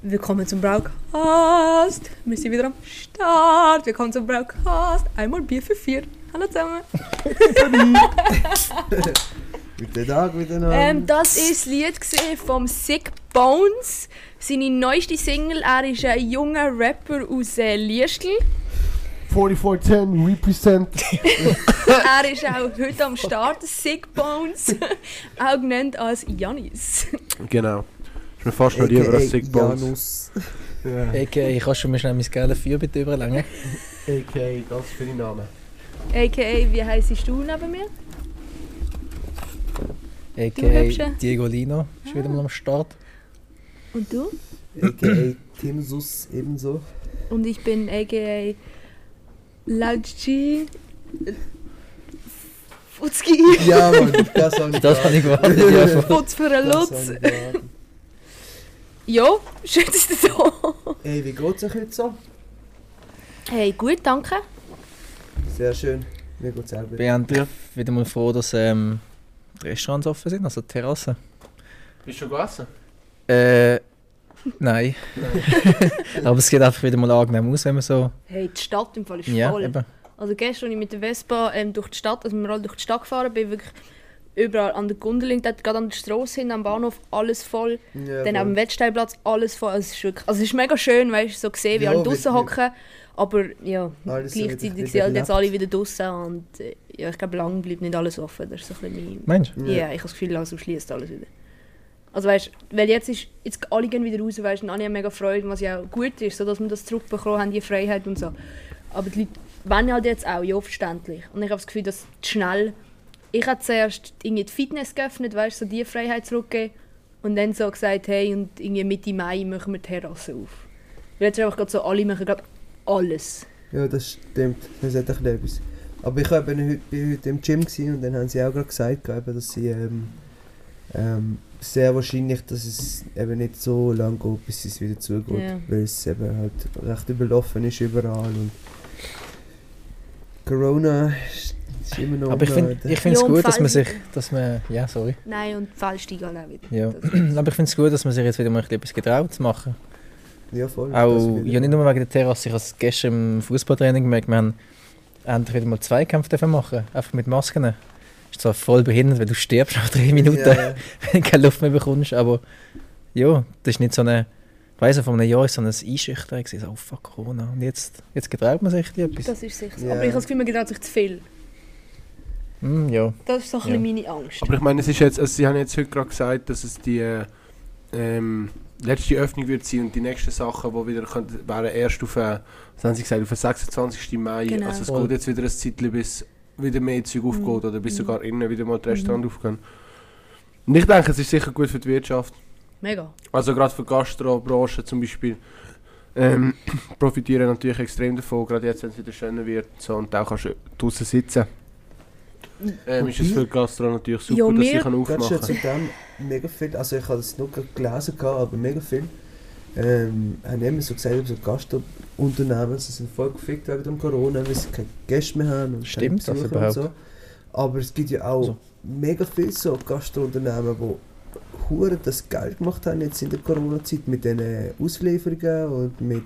Willkommen zum Broadcast. Wir sind wieder am Start. Willkommen zum Broadcast. Einmal Bier für 4. Hallo zusammen. Guten Tag miteinander. Das war das Lied vom Sick Bones. Seine neueste Single. Er ist ein junger Rapper aus Liestl. 4410 represent. Er ist auch heute am Start. Sick Bones. Auch genannt als Janis. Genau. Ich bin fast noch lieber als Sick Bones. Ja. A.k.a. kannst du mir schnell mein gelbe Feuer bitte überlegen? A.k.a. ganz viele Namen. A.k.a. wie heisst du neben mir? A.k.a. Diego Lino ist wieder mal am Start. Und du? A.k.a. Timsus ebenso. Und ich bin A.k.a. Lautji Futzki. Ja Mann, das habe ich Das habe ich gewartet. Ja, voll. Futz für einen Lutz. Ja, schön, dass du da. Hey, wie geht's euch heute so? Hey, gut, danke. Sehr schön. Mir geht's auch gut. Ich bin wieder mal froh, dass die Restaurants offen sind, also die Terrassen. Bist du schon gegessen? Nein. Aber es geht einfach wieder mal angenehm aus, wenn man so... Hey, die Stadt im Fall ist Ja, voll. eben. Also gestern, als ich mit der Vespa durch die Stadt, also wir alle durch die Stadt gefahren, bin wirklich überall an der Gundeling, dort gerade an der Straße hin, am Bahnhof, alles voll. Ja, Dann am Wettstellplatz, alles voll. Also es ist wirklich, also es ist mega schön, weißt du, so gesehen, wie Ja, alle draußen wirklich. hocken. Aber ja, Alles so gleichzeitig wieder sind halt jetzt gelebt. alle wieder draußen und ja, ich glaube, lang bleibt nicht alles offen. Das ist so ein bisschen Mensch. mein... Ja, ich habe das Gefühl, langsam schließt alles wieder. Also weißt du, weil jetzt alle gehen wieder raus, weißt du, und alle haben mega Freude, was ja auch gut ist, so dass wir das zurückbekommen haben, die Freiheit und so. Aber die Leute wollen halt jetzt auch, ja, verständlich. Und ich habe das Gefühl, dass schnell... Ich habe zuerst irgendwie die Fitness geöffnet, weißt du, so die Freiheit zurückgegeben. Und dann so gesagt, hey, und irgendwie Mitte Mai machen wir die Terrasse auf. Weil jetzt einfach gerade so, alle machen gerade alles. Ja, das stimmt. Das hat ein etwas. Aber ich war heute im Gym gewesen, und dann haben sie auch gerade gesagt, dass sie sehr wahrscheinlich, dass es eben nicht so lange geht, bis es wieder zugeht. Ja. Weil es eben halt recht überlaufen ist überall. Und Corona ist immer noch... Aber ich finde es Ja, und gut, dass man falls- sich... Ja, sorry. Nein, und die Fälle steigen auch wieder. Ja. Das- Aber ich finde es gut, dass man sich jetzt wieder mal etwas getraut zu machen. Ja, voll. Das Auch, wieder- ja, nicht nur wegen der Terrasse. Ich habe es gestern im Fußballtraining gemerkt, wir haben endlich wieder mal Zweikämpfe dürfen machen, einfach mit Masken. Ist zwar voll behindert, weil du stirbst nach 3 Minuten, Ja. wenn du keine Luft mehr bekommst, aber ja, das ist nicht so eine... Ich weiss, vor einem Jahr ist so ein Einschüchtern gewesen, so, oh fuck, Corona. Und jetzt getraut man sich etwas. Das ist sicher so. Ja. Aber ich habe das Gefühl, man getraut sich zu viel. Ja. Das ist so ein Ja. bisschen meine Angst. Aber ich meine, es ist jetzt, also sie haben jetzt heute gerade gesagt, dass es die letzte Öffnung wird sein und die nächsten Sachen, die wieder können, wären erst auf, was haben sie gesagt, auf den 26. Mai. Genau. Also es Voll. geht jetzt wieder ein Zeitchen, bis wieder mehr Zeug aufgeht oder bis sogar innen wieder mal die Restaurants aufgehen. Und ich denke, es ist sicher gut für die Wirtschaft. Mega. Also gerade für die Gastrobranche zum Beispiel profitieren natürlich extrem davon, gerade jetzt, wenn es wieder schöner wird so, und auch kannst du draußen sitzen. Ist es für die Gastro natürlich super, Ja, dass sie wir- kann Gerade aufmachen schon zu dem mega viel, also ich habe das nur gerade gelesen, aber mega viel haben immer so gesagt, so Gastunternehmen, sie sind voll gefickt wegen dem Corona, weil sie keine Gäste mehr haben und Stimmt keine das Besucher überhaupt? und so. Aber es gibt ja auch Also. mega viele so Gastunternehmen, die hure das Geld gemacht haben jetzt in der Corona-Zeit mit den Auslieferungen und mit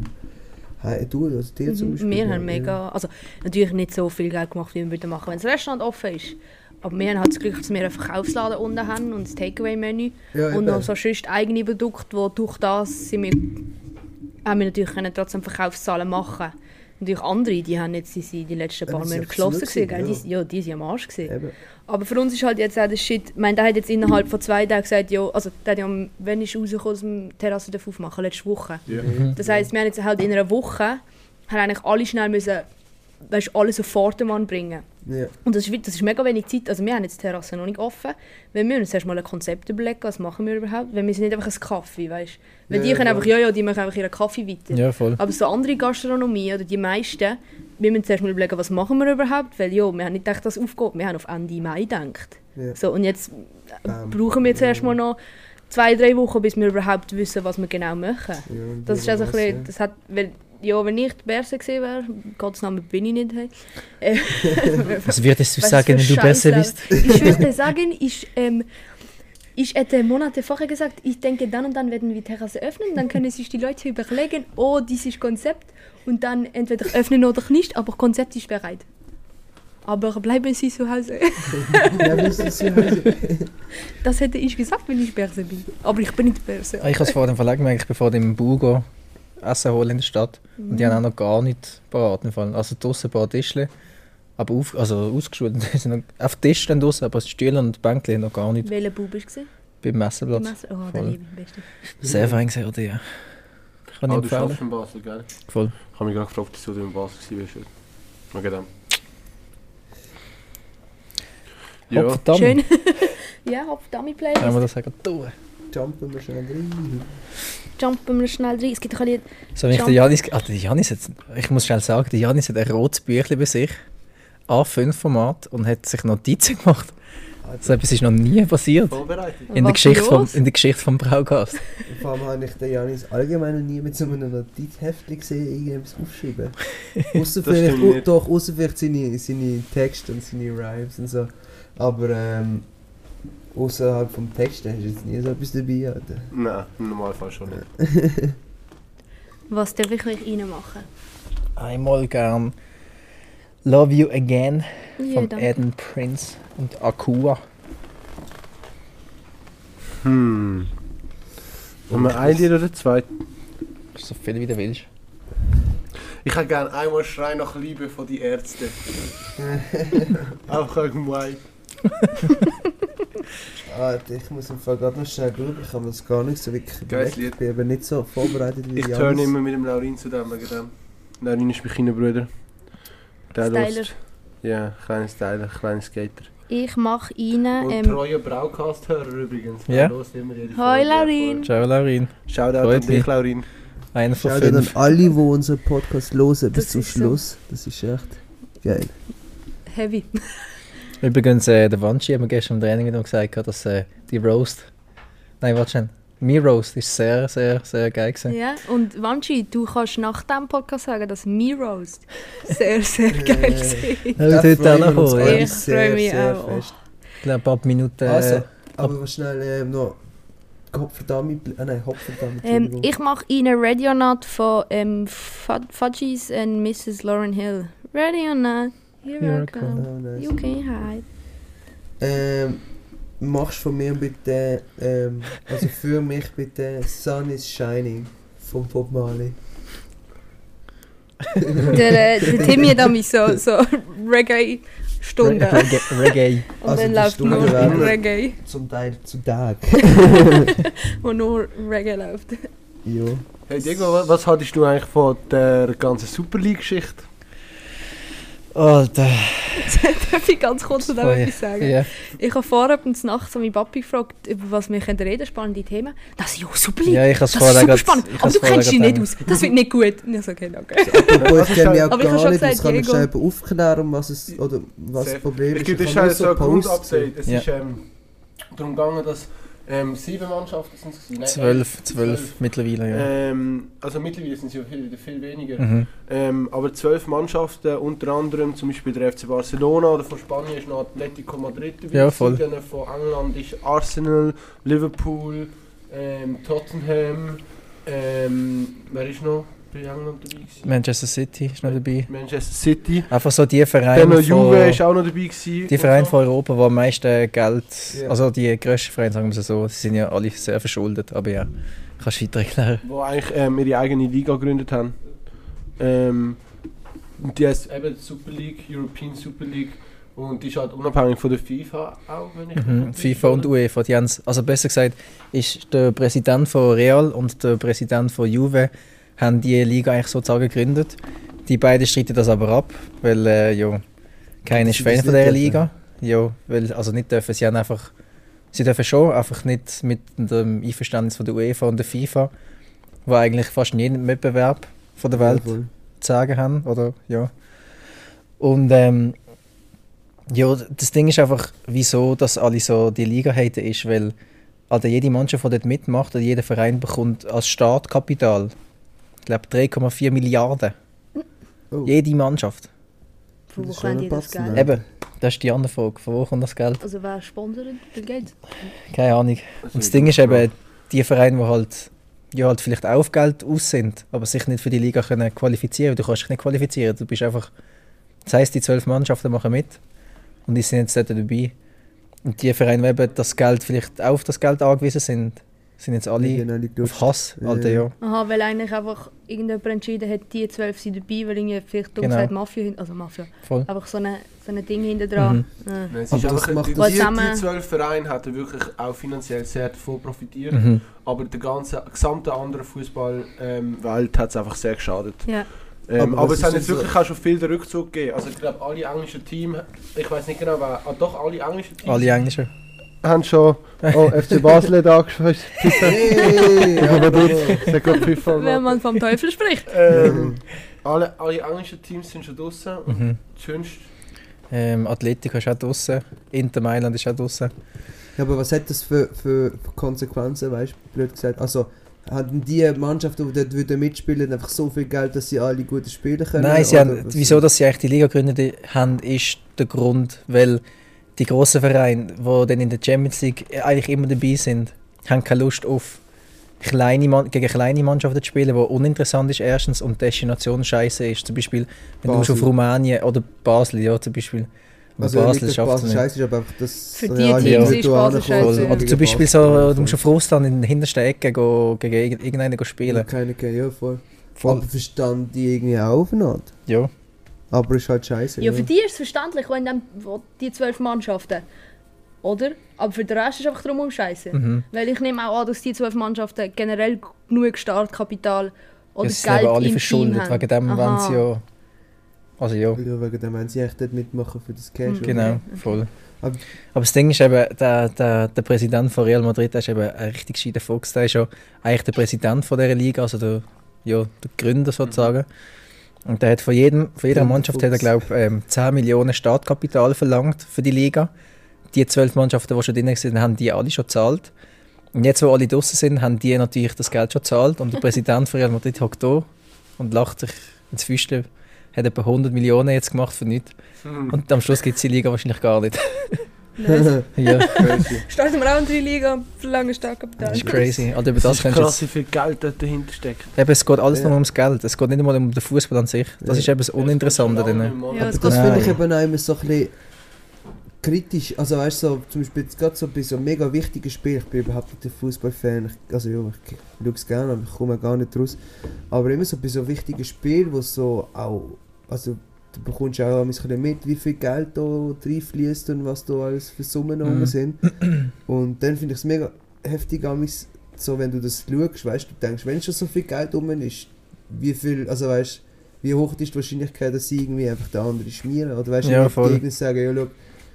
du, also dir zum Beispiel. Wir haben mega, also natürlich nicht so viel Geld gemacht, wie wir würden machen, wenn das Restaurant offen ist. Aber wir haben halt das Glück, dass wir einen Verkaufsladen unten haben und das Takeaway-Menü. Ja, Und eben. noch so sonst eigene Produkte, wo durch das haben wir natürlich können trotzdem Verkaufszahlen machen. Natürlich andere, die haben jetzt die letzten paar die sind Monate einfach geschlossen zu gewesen, gewesen, gell? Die sind am Arsch gewesen. Eben. Aber für uns ist halt jetzt auch der Shit, ich meine, der hat jetzt innerhalb von 2 Tagen gesagt, ja, also der hat ja, wenn ist rausgekommen aus dem Terrasse aufmachen, letzte Woche. Ja. Das heisst, wir haben jetzt halt in einer Woche, haben eigentlich alle schnell müssen, weißt, alles auf Vordermann bringen. Ja. Und das ist mega wenig Zeit. Also wir haben jetzt die Terrasse noch nicht offen. Weil wir müssen uns erst mal ein Konzept überlegen, was machen wir überhaupt. Weil wir sind nicht einfach ein Kaffee, weißt du. Weil Ja, die können voll. einfach, die machen einfach ihren Kaffee weiter. Ja, voll. Aber so andere Gastronomie oder die meisten, wir müssen zuerst mal überlegen, was machen wir überhaupt. Weil wir haben nicht gedacht, dass es aufgeht. Wir haben auf Ende Mai gedacht. Ja. So, und jetzt brauchen wir zuerst mal noch 2-3 Wochen, bis wir überhaupt wissen, was wir genau machen. Ja, und Das ist also ein was, bisschen, das hat, weil, ja, wenn ich die Berse gesehen wäre, Gottes Namen bin ich nicht. Was würdest du Was sagen, für wenn du besser Scheiße. bist? Ich würde sagen, Ich hätte Monate vorher gesagt, ich denke, dann und dann werden wir die Terrasse öffnen, dann können sich die Leute überlegen, oh, dieses Konzept, und dann entweder öffnen oder nicht, aber Konzept ist bereit. Aber bleiben Sie zu Hause. Ja, wir sind zu Hause. Das hätte ich gesagt, wenn ich Berse bin. Aber ich bin nicht Berse. Ich habe es vor dem Verlag gemerkt, bevor dem Bugo Essen holen in der Stadt. Und die haben auch noch gar nicht parat. Also draussen ein paar Tischchen, aber ausgeschult. Die sind noch auf Tisch dann draussen, aber die Stühle und die Bänke noch gar nicht. Welcher Bub warst du? Beim Messerplatz. Oh, der liebe Beste. Sehr fein gesehen, oder ja. Kann ich Du empfehlen. schaffst in Basel, gell? Voll. Ich habe mich gerade gefragt, dass du in Basel warst. Okay, dann. Ja, Hopfdammi. Schön. Ja, Hopf-Dummy-Playlist. Wenn wir das sagen, tun. Jumpen wir schnell rein. Jumpen wir schnell rein. Es gibt doch ein Lied. So, wenn ich den Janis... der Janis hat, ich muss schnell sagen, der Janis hat ein rotes Büchlein bei sich. A5-Format und hat sich Notizen gemacht. So etwas ist noch nie passiert. vorbereitet. In der, Was Geschichte los? in der Geschichte vom Braugast. Vor allem habe ich den Janis allgemein noch nie mit so einem Notizheftchen gesehen, irgendwas aufschreiben. Ausser Das vielleicht, stimmt nicht. ausser vielleicht seine Texte und seine Rhymes und so. Aber außerhalb vom Text hast du jetzt nie so etwas dabei. Alter. Nein, im Normalfall schon nicht. Was darf ich euch reinmachen? Einmal gern Love You Again Ja, von danke. Eden Prince und Akua. Und wir ein Lied oder zwei? So viel wie du willst. Ich hätte gerne einmal Schrei nach Liebe von die Ärzte. Einfach irgendwo ein. Alter, ich muss im Fall gerade noch schnell schauen, ich habe mir das gar nicht so wirklich Geiles überlegt. Lied. Ich bin aber nicht so vorbereitet wie Ich Janis. turne immer mit dem Laurin zu dem, wegen dem. Laurin ist mein kleiner Bruder. Der Styler. hört- Ja, kleiner Styler, kleiner Skater. Ich mache Und rein. treuer Braucast-Hörer übrigens. Ja. Der hört immer jede Hoi, Folge. Laurin. Ciao Laurin. Shoutout an Freut dich, mich. Laurin. Einer von Schaut an 5. alle, die unseren Podcast hören bis Das zum ist so. Schluss. Das ist echt geil. Heavy. Übrigens, der Wanchi hat mir gestern im Training noch gesagt, dass die Roast... Nein, warte schon. Mein Roast ist sehr, sehr, sehr geil gewesen. Ja, und Wanchi, du kannst nach dem Podcast sagen, dass mein Roast sehr, sehr geil war. Ja, heute freuen auch wir uns noch, alle ja. Ich freue mich auch. fest. Ich glaube, ab Minute... Also, aber schnell noch Hopferdammi, nein, Hopferdammi. Ich mache Ihnen Ready or Not von Fudgies and Mrs. Lauryn Hill. Ready or Not, here Here I I come. Oh, nice. You can hide. Machst von mir bitte, also für mich bitte Sun is Shining von Bob Marley. Der Timmy hat an mich so Reggae-Stunden. Reggae. Und Also dann die läuft Stunden nur werden- Reggae, Zum Teil zu Tag. wo nur Reggae läuft. Jo. Hey Diego, was haltest du eigentlich von der ganzen Super League-Geschichte? Alter. Darf ich ganz kurz zu dem etwas sagen? Ja. Ich habe vorher nachts an meinen Papi gefragt, über was wir reden können, spannende Themen. Das ist ja super lieb. Ja, ich habe es Das ist vorher super grad- spannend. ich Aber hab's du vorher kennst dich grad nicht aus. Das wird nicht gut. Und ich so, okay, danke. Apropos, ich kenne mich auch Aber ich habe gar schon nicht, gesagt, das kann ich Diego. schnell aufklären, um was es, oder was das Problem ist. Es gibt Ich jetzt habe nur so ein Posts Grundupdate. Es Ja. ist darum gegangen, dass 7 Mannschaften sind es gewesen. Nein, 12 mittlerweile, ja. Also mittlerweile sind es ja viel weniger. Mhm. Aber 12 Mannschaften, unter anderem zum Beispiel der FC Barcelona oder von Spanien ist noch Atletico Madrid dabei. Ja, voll. Dann von England ist Arsenal, Liverpool, Tottenham, wer ist noch bei England dabei gewesen? Manchester City ist noch dabei. Manchester City. Einfach so die Dann Vereine noch Juve von, ist auch noch dabei gewesen. die und Vereine so. von Europa, die am meisten Geld, Ja. also die grössten Vereine, sagen wir es so, sie sind ja alle sehr verschuldet, aber ja, kannst du weiter erklären. Die eigentlich ihre eigene Liga gegründet haben. Und die heißt eben Super League, European Super League. Und die ist halt unabhängig von der FIFA auch, wenn ich mich Mhm. nicht FIFA und irre. UEFA, die haben's, also besser gesagt, ist der Präsident von Real und der Präsident von Juve haben die Liga eigentlich sozusagen gegründet. Die beiden streiten das aber ab, weil ja, keiner ist Sie Fan das von nicht dieser dürfen? Liga. Ja, weil, also nicht dürfen, sie haben einfach, sie dürfen schon, einfach nicht mit dem Einverständnis von der UEFA und der FIFA, wo eigentlich fast in jedem Wettbewerb von der Welt Jawohl. zu sagen haben, oder ja. Und ja, das Ding ist einfach, wieso dass alle so die Liga haten, ist, weil also jede Mannschaft, die dort mitmacht, oder jeder Verein bekommt als Startkapital, ich glaube 3,4 Milliarden. Oh. Jede Mannschaft. Von wo Das ist schon können die ein das Batzen, Geld? ne? Eben, Das ist die andere Frage. Von wo kommt das Geld? Also wer sponsert das Geld? Keine Ahnung. Und das Ding ist eben, die Vereine, die halt vielleicht auch auf Geld aus sind, aber sich nicht für die Liga können qualifizieren. Du kannst dich nicht qualifizieren. Du bist einfach... Das heisst, die 12 Mannschaften machen mit und die sind jetzt dort dabei. Und die Vereine, die eben das Geld vielleicht auch auf das Geld angewiesen sind jetzt alle auf Hass. Alter, ja. Aha, weil eigentlich einfach irgendjemand entschieden hat, die 12 sind dabei, weil irgendwie vielleicht dumm gesagt Mafia, Voll. einfach so ein Ding hinter dran. Es ist einfach, die 12 Vereine hätten wirklich auch finanziell sehr davon profitiert, aber der gesamte andere Fußballwelt hat es einfach sehr geschadet. Ja. Aber es hat jetzt wirklich auch schon viel den Rückzug gegeben. Also ich glaube, alle englischen Teams, ich weiß nicht genau wer, doch alle englischen Teams. Alle englischen. Haben schon FC Basel hat angeschaut. Wenn man vom Teufel spricht. Alle englischen Teams sind schon draußen. Das Schönste. Atletico ist auch draußen. Inter Mailand ist auch draußen. Ja, aber was hat das für Konsequenzen, weißt du, blöd gesagt? Also, hatten die Mannschaften, die dort mitspielen, einfach so viel Geld, dass sie alle gute spielen können? Nein, wieso dass sie eigentlich die Liga gegründet haben, ist der Grund, weil die grossen Vereine, die dann in der Champions League eigentlich immer dabei sind, haben keine Lust auf gegen kleine Mannschaften zu spielen, die uninteressant ist erstens und die Destination scheiße ist. Zum Beispiel, wenn du auf Rumänien oder Basel, ja zum Beispiel. Also Basel schafft es scheiße ist, aber einfach das... Für die Teams ist Basel scheiße. Oder zum Beispiel so, du musst auf Russland in der hintersten Ecke gegen irgendeinen spielen. Keine ja, voll. Aber verstand die irgendwie auch auf eine Art? Ja. Aber ist halt scheiße. Ja, für die ist es verständlich, wenn dann die 12 Mannschaften, oder? Aber für den Rest ist es einfach drumherum scheiße. Weil ich nehme auch an, dass die 12 Mannschaften generell genug Startkapital oder Geld Geld alle im verschuldet, Team haben. wegen dem wollen sie ja... Also ja. Wegen dem wollen sie echt dort mitmachen für das Cash. Genau, voll. Aber das Ding ist eben, der Präsident von Real Madrid, der ist eben ein richtig gescheiter Fuchs. Der ist ja eigentlich der Präsident von dieser Liga, also der Gründer sozusagen. Und der hat von jeder Mannschaft, hat er, glaube 10 Millionen Startkapital verlangt für die Liga. Die 12 Mannschaften, die schon drin sind, haben die alle schon gezahlt. Und jetzt, wo alle draußen sind, haben die natürlich das Geld schon gezahlt. Und der Präsident von Real Madrid hockt da und lacht sich ins Füßchen. Hat etwa 100 Millionen jetzt gemacht für nichts. Und am Schluss gibt es die Liga wahrscheinlich gar nicht. Nice. Ja. Starten wir auch in 3 Liga, verlangen Startkapital. Das ist crazy. Also über Das ist krass, jetzt, wie viel Geld dort dahinter steckt. eben, es geht alles nur ums Geld. Es geht nicht einmal um den Fußball an sich. Das ist eben das Uninteressante drin. Ja, Aber das finde ich eben auch immer so ein bisschen kritisch. Also weißt du, so, zum Beispiel jetzt gerade so bei so mega wichtigen Spielen, ich bin überhaupt nicht ein Fußballfan, ich schaue es gerne, aber ich komme gar nicht raus. Aber immer so bei so wichtigen Spielen, wo so auch, also du bekommst auch ein bisschen mit, wie viel Geld da reinfließt und was da alles für Summen rum sind. Und dann finde ich es mega heftig, so wenn du das schaust, weißt du, denkst, wenn schon so viel Geld rum ist, wie viel, also weißt wie hoch ist die Wahrscheinlichkeit, dass sie irgendwie einfach den anderen schmieren? Oder weißt du, Ja, die voll. Gegner sagen, ja, schau,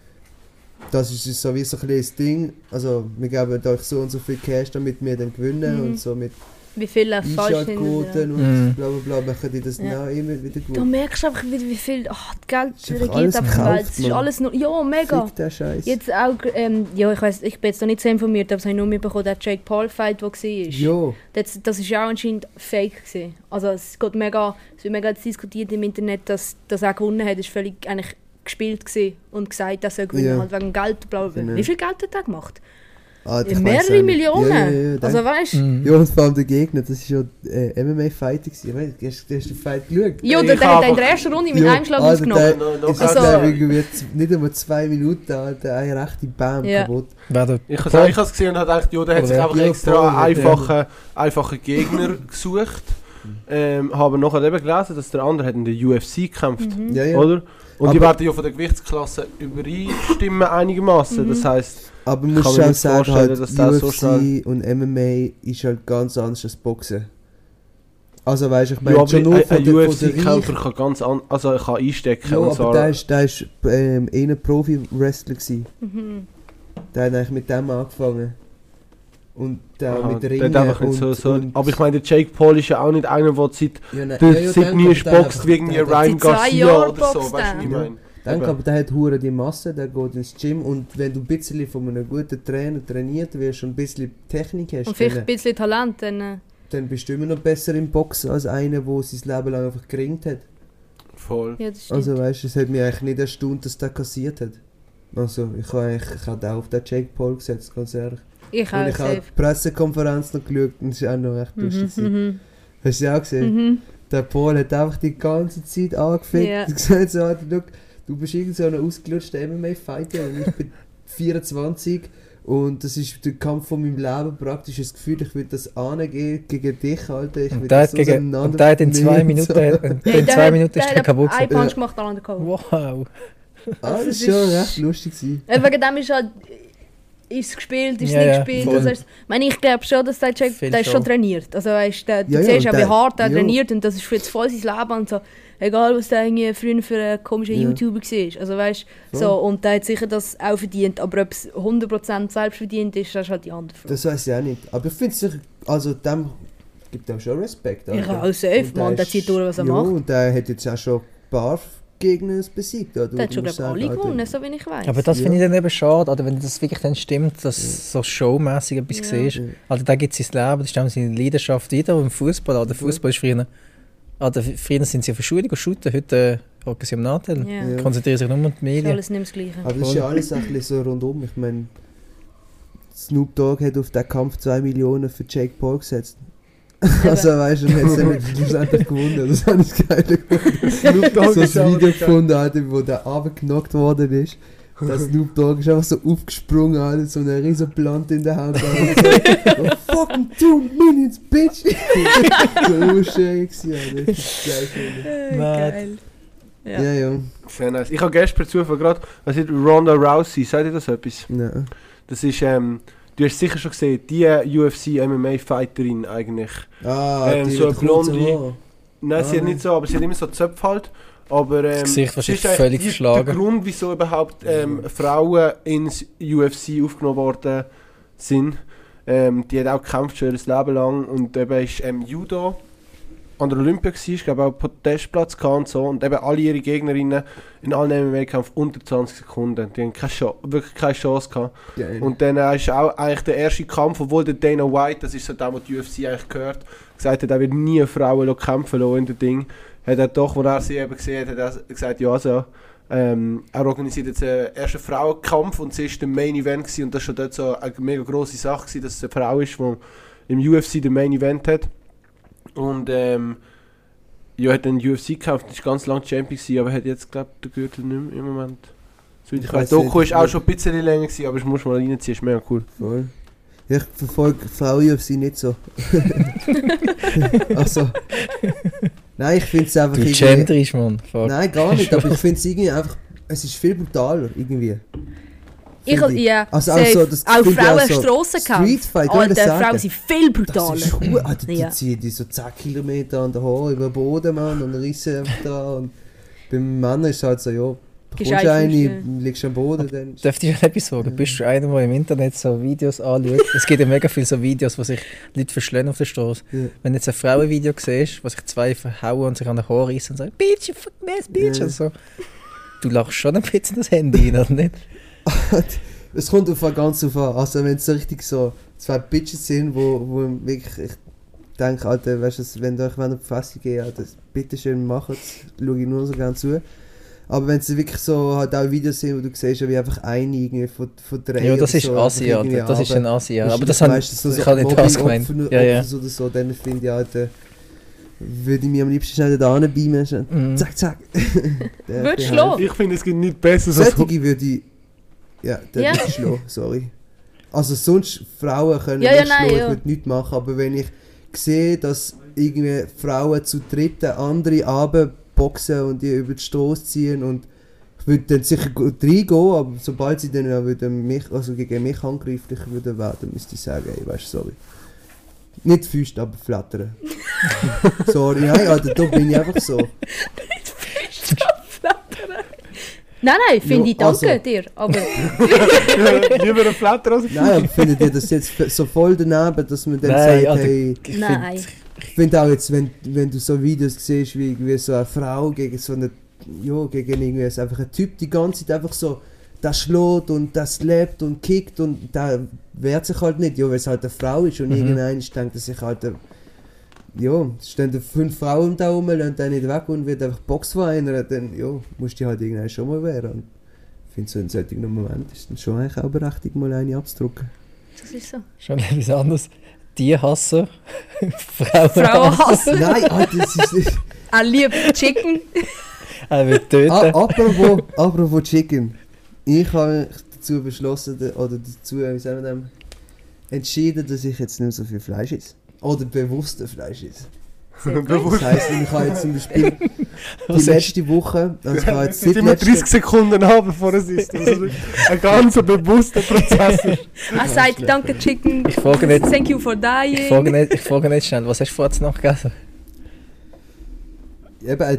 das ist so wie so ein kleines Ding, also wir geben euch so und so viel Cash, damit wir dann gewinnen und so mit Wie viele falsch sind. Einschaltquoten und bla bla bla, machen die das dann auch immer wieder gut. Du merkst einfach, wie viel das Geld ist einfach regiert alles auf der gekauft, Welt. Es ist Mann. alles nur... Ja, mega. Fick den Scheiß. Jetzt auch, ja, ich weiss, ich bin jetzt noch nicht so informiert, aber das habe ich nur mitbekommen, der Jake Paul-Fight, der war. Ja. Das ist ja auch anscheinend fake gewesen. Also es wird mega jetzt diskutiert im Internet, dass er gewonnen hat, ist völlig eigentlich gespielt gewesen und gesagt, dass er gewinnen halt wegen Geld, bla bla. Genau. Wie viel Geld hat er gemacht? Ich Mehrere weiss auch nicht. Millionen. Ja, Also weißt du? ja, und vor allem der Gegner, das war ja MMA-Fighter. Hast du den Fight geschaut? Ja, der hat in der ersten Runde mit einem Schlag Alter, ausgenommen. der ist Also- irgendwie nicht einmal 2 Minuten, Alter, eine rechte Bam kaputt. Ich habe es gesehen und habe gedacht, ja, der hat sich einfach Ja, extra voll, einen einfachen Gegner gesucht. Habe nachher eben gelesen, dass der andere hat in der UFC gekämpft, Ja. oder? Und die Aber- werden ja von der Gewichtsklasse übereinstimmen einigermaßen. Das heisst, Aber Ich man kann muss mir schon nicht sagen, vorstellen, halt, dass das so UFC und MMA ist halt ganz anders als Boxen. Also weißt du, ich ja, meine aber schon nur ein von der UFC-Kämpfer kann ganz also er kann einstecken. Ja, und aber zwar, der ist ein Profi-Wrestler gsi. Der hat eigentlich mit dem angefangen. Und der aha, mit der Ringen hat einfach nicht und aber ich meine, der Jake Paul ist ja auch nicht einer, der seit ja, nein, seit nie boxt wie irgendwie Ryan Seit 2 Garcia Jahren oder so. boxt Weißt du, wie ich der. meine? Danke, aber der hat hure die Masse, der geht ins Gym und wenn du ein bisschen von einem guten Trainer trainiert wirst und ein bisschen Technik hast, Und vielleicht ein bisschen Talent, dann... dann bist du immer noch besser im Boxen als einer, der sein Leben lang einfach geringt hat. Voll. Ja, das stimmt. Also weißt du, es hat mich eigentlich nicht erstaunt, dass der kassiert hat. Also ich habe auch auf den Jake Paul gesetzt, ganz ehrlich. Ich auch, Und ich habe die Pressekonferenz noch geschaut und es war auch noch echt lustig. Hast du das auch gesehen? Der Paul hat einfach die ganze Zeit angefickt und gesagt so, Alter, du bist irgend so ein ausgelutschter MMA-Fighter und ich bin 24 und das ist der Kampf von meinem Leben, praktisch das Gefühl, ich will das angehen gegen dich, Alter. Ich will das und der hat in 2 Minuten, ist der kaputt gesagt. Ein Punch gemacht, der andere K.O. Wow. Das ist schon recht lustig gewesen. Wegen dem ist halt... Ist es gespielt, ist es nicht gespielt. Also, ich glaube schon, dass der ist schon trainiert. Also weißt, du siehst ja, wie hart er trainiert und das ist jetzt voll sein Leben und so. Egal, was der irgendwie früher für einen komischen YouTuber war. Also weißt, so, und der hat sicher das auch verdient. Aber ob es 100% selbst verdient ist, das ist halt die andere Frage. Das weiss ich auch nicht. Aber ich finde es sicher, also dem gibt auch schon Respekt. Ich auch safe, Mann, der zieht durch, was er macht. Und der hat jetzt auch schon ein paar Gegner besiegt. Oder? Der hat schon, glaube ich, alle gewonnen, so wie ich weiss. Aber das finde ich dann eben schade, oder wenn das wirklich dann stimmt, dass so showmäßig etwas siehst. Also da gibt es sein Leben, das ist dann seine Leidenschaft wieder im Fußball. Also Fußball ist früher... früher sind sie auf der Schule shooten, heute hocken sie am Nachteil. Konzentrieren sich nur auf die Medien. Ist alles nicht das Gleiche. Aber das ist ja alles ein bisschen so rundum. Ich meine, Snoop Dogg hat auf den Kampf 2 Millionen für Jake Paul gesetzt. Also weißt du, und hat es schlussendlich gewonnen. Das habe ich geil gefunden. Snoop Dogg so ein Video gefunden, Alter, wo der runtergenockt worden ist. Der Snoop Dogg ist einfach so aufgesprungen, Alter, so eine riesen Plante in der Hand. So, fucking 2 Millions, bitch! So schön gewesen, Alter. Das ist geil. Ja. Sehr nice. Ich habe gestern per Zufall gerade, was ist Ronda Rousey, sagt ihr das etwas? Nein. Das ist, du hast sicher schon gesehen, die UFC-MMA-Fighterin eigentlich. Die so eine blonde. Nein, sie hat nicht so, aber sie hat immer so Zöpfe halt. Aber das Gesicht wahrscheinlich völlig verschlagen. Der Grund, wieso überhaupt Frauen ins UFC aufgenommen worden sind, die hat auch gekämpft schon ihr Leben lang und eben ist Judo an der Olympia gewesen, ich glaube auch einen Podestplatz gehabt und so, und eben alle ihre Gegnerinnen in allen MMA-Kämpfen unter 20 Sekunden, die haben wirklich keine Chance gehabt. Geil. Und dann ist auch eigentlich der erste Kampf, obwohl der Dana White, das ist so der, was die UFC eigentlich gehört, gesagt hat, er wird nie Frauen kämpfen lassen in dem Ding, hat er doch, als er sie eben gesehen hat, hat er gesagt, ja so, er organisiert jetzt einen ersten Frauenkampf und sie war der Main Event gewesen, und das war schon dort so eine mega grosse Sache gewesen, dass es eine Frau ist, die im UFC den Main Event hat. Und hat dann UFC gekauft, ist ganz lange Champion gewesen, aber hat jetzt, glaube ich, den Gürtel nicht mehr im Moment. So, ich weiß, Doku ist auch schon ein bisschen länger gewesen, aber ich muss mal reinziehen, ist mega cool. Voll. Ich verfolge Frauen-UFC nicht so. Also, nein, ich finde es einfach du genderisch, Mann. Fuck. Nein, gar nicht, aber ich finde es irgendwie einfach, es ist viel brutaler, irgendwie. Ja, also das auch Frauen so Strassenkampf. Alter, Frauen sind viel brutaler. Das ist Alter, die ziehen die so 10 Kilometer an der Haare über den Boden, Mann, und rissen einfach da. Und beim Mann ist es halt so, ja, kommst du rein, liegst am Boden. Dann darf ich etwas sagen? Bist du einer, der im Internet so Videos anschaut? Es gibt ja mega viele so Videos, wo sich Leute verschlönen auf der Straße. Ja. Wenn du jetzt ein Frauenvideo siehst, wo sich 2 verhauen und sich an den Haaren reissen und sagen, Bitch, you fucking ass, bitch, und so. Du lachst schon ein bisschen das Handy rein, oder nicht? Es kommt ganz drauf an. Also wenn es so richtig so 2 Bitches sind, wo wirklich, ich denke, Alter, weißt du, wenn ihr euch auf die Fresse geht, Alter, bitteschön macht es, schaue ich nur so gerne zu. Aber wenn es wirklich so halt auch Videos sind, wo du siehst, wie einfach eine irgendwie von 3 ja, das ist so, Asi, Alter, das ist ein Asi, ja. Aber das habe ich nicht das gemeint. Ja. Oder so, dann finde ich, Alter, würde ich mir am liebsten schnell da hinbeamen, zack, zack. Würdest du schlafen? Ich finde, es gibt nichts Besseres als so. Würde ich... Ja, der würde ich schlafen, sorry. Also sonst, Frauen können nicht schlafen, ich würde nichts machen, aber wenn ich sehe, dass irgendwie Frauen zu dritten andere runterboxen und die über die Straße ziehen, und ich würde dann sicher reingehen, aber sobald sie dann gegen mich angreiflich würden werden, müsste ich sagen, ey, weißt du, sorry. Nicht Füße, aber flattern. Sorry, nein, Alter, da bin ich einfach so. Nicht Füße, aber flattern. Nein, finde ich, danke dir, aber... Lieber ein Flatter als ein Nein, aber findet ihr das jetzt so voll daneben, dass man dann sagt, Alter, hey... Nein. Ich finde auch jetzt, wenn du so Videos siehst, wie so eine Frau gegen so eine... Ja, gegen irgendwie einfach ein Typ die ganze Zeit einfach so... Der schlägt und der slappt und kickt und der wehrt sich halt nicht, ja, weil es halt eine Frau ist und irgendeiner denkt sich halt... ja, es stehen da 5 Frauen da rum, lassen den nicht weg und wird einfach Box von einer, dann ja, musst du dich halt irgendwann schon mal wehren. Und ich finde, so in solchen Momenten ist dann schon eigentlich auch berechtigt, mal eine abzudrücken. Das ist so. Schon etwas anderes. Die hassen, Frauen Frauen hassen. Nein, das ist nicht... Er liebt Chicken. Er wird töten. Apropos Chicken. Ich habe dazu beschlossen, oder dazu, wie sagen wir dem, entschieden, dass ich jetzt nicht mehr so viel Fleisch esse. Oder bewusster Fleisch esse. Das heisst, ich habe jetzt zum Beispiel die letzte Woche, also ich habe jetzt nicht immer 30 Sekunden haben, bevor es ist. Also ein ganz bewusster Prozess. Er sagt, danke Chicken, Ich frage nicht, thank you for dying. ich frage nicht schnell, was hast du vorhin noch gegessen? Eben ein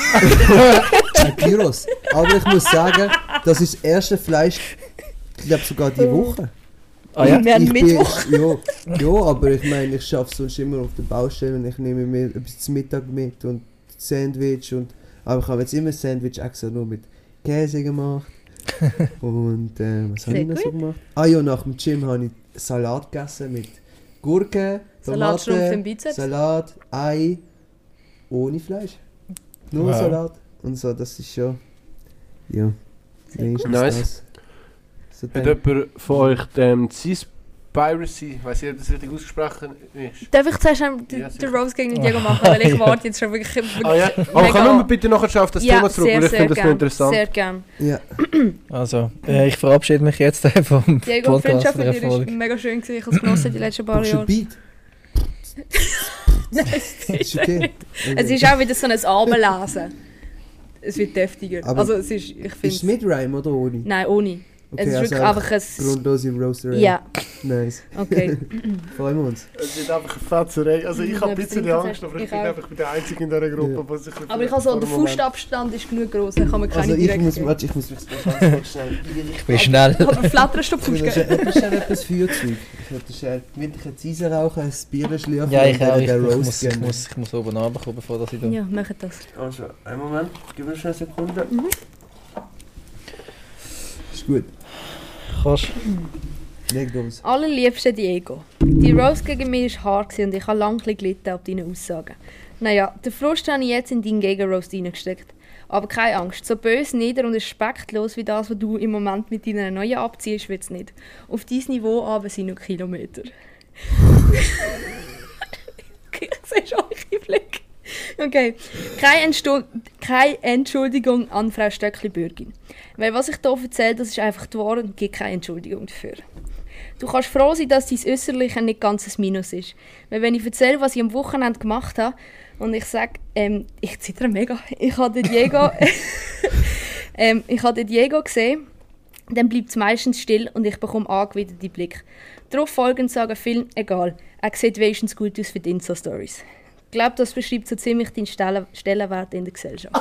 Gyros. Aber ich muss sagen, das ist das erste Fleisch, ich glaube sogar die Woche. Ah ja? Wir haben Ich bin- Mittwoch. Ja, aber ich meine, ich arbeite sonst immer auf der Baustelle und ich nehme mir etwas zum Mittag mit und Sandwich aber ich habe jetzt immer ein Sandwich extra nur mit Käse gemacht. Und was habe Sehr ich noch so gut. gemacht? Ah ja, nach dem Gym habe ich Salat gegessen mit Gurke, Salatschrumpf im Tomaten, Bizeps. Salat, Ei, ohne Fleisch. Nur Wow. Salat und so, das ist schon... Ja, wenigstens Nice. das. So Hat dann- jemand von euch Seaspiracy, weiss ich, ob das richtig ausgesprochen ist? Darf ich zuerst Ja, den sicher. Rose gegen Diego machen, weil ich warte jetzt schon wirklich Ah ja? Aber können wir bitte nachher schon auf das ja, Thema zurück, sehr, weil ich sehr finde das noch gern. interessant. Sehr gern. Ja, Also, ich verabschiede mich jetzt vom Diego, Podcast Freundschaft der mit dir war Folge. mega schön gewesen. Ich habe es genossen die letzten paar brauchst du ein Jahre. Beat? Nein, Ist okay. es ist auch wieder so ein Abenlesen. Es wird deftiger. Aber also es ist, ich Ist es finde... mit Rhyme oder ohne? Nein, ohne. Okay, Es ist also wirklich einfach ein... Grundlose Roasterei. Ja, Nice. okay. Freuen wir uns. Es wird einfach eine Fetzerei. Also ich habe ein bisschen Ja, Angst, aber ich ich bin auch. einfach der Einzige in dieser Gruppe, Ja. der sich... Aber ich habe so, der Fußabstand ist genug groß, dann kann man keine Also ich direkt muss, geben. warte, ich muss mich ganz schnell... Ich bin schnell. Aber flatterst du Ich Fuß, will gell? etwas Feuerzeug. Ich würde schnell gemütlich eine Ziese rauchen, ein Bier schlürfen Ja, ich und auch. dann Ich den Roast muss gönnen. oben runterkommen, bevor dass ich da... Ja, machen das. Also, einen Moment. Gib mir schnell eine Sekunde. Mhm. Ist gut. Kannst. Leg los. Allerliebster Diego. Die Roast gegen mich war hart und ich habe lange gelitten ab deinen Aussagen. Naja, den Frust habe ich jetzt in deinen Gegenroast reingesteckt. Aber keine Angst, so böse, nieder und respektlos wie das, was du im Moment mit deiner neuen abziehst, wird es nicht. Auf dieses Niveau aber sind noch Kilometer. Okay, ich sehe schon eure Blicke. Okay, keine Entschuldigung an Frau Stöckli-Bürgin. Weil was ich hier erzähle, das ist einfach die Wahrheit und gibt keine Entschuldigung dafür. Du kannst froh sein, dass dein Äußerliche nicht ganz ein Minus ist. Weil wenn ich erzähle, was ich am Wochenende gemacht habe, und ich sage, ich zittere mega, ich habe den Diego, ich habe den Diego gesehen, dann bleibt es meistens still und ich bekomme angewiderte Blick. Darauf folgend sagen viele, egal, er sieht wenigstens gut aus für die Insta-Stories. Ich glaube, das beschreibt so ziemlich deinen Stellenwert in der Gesellschaft.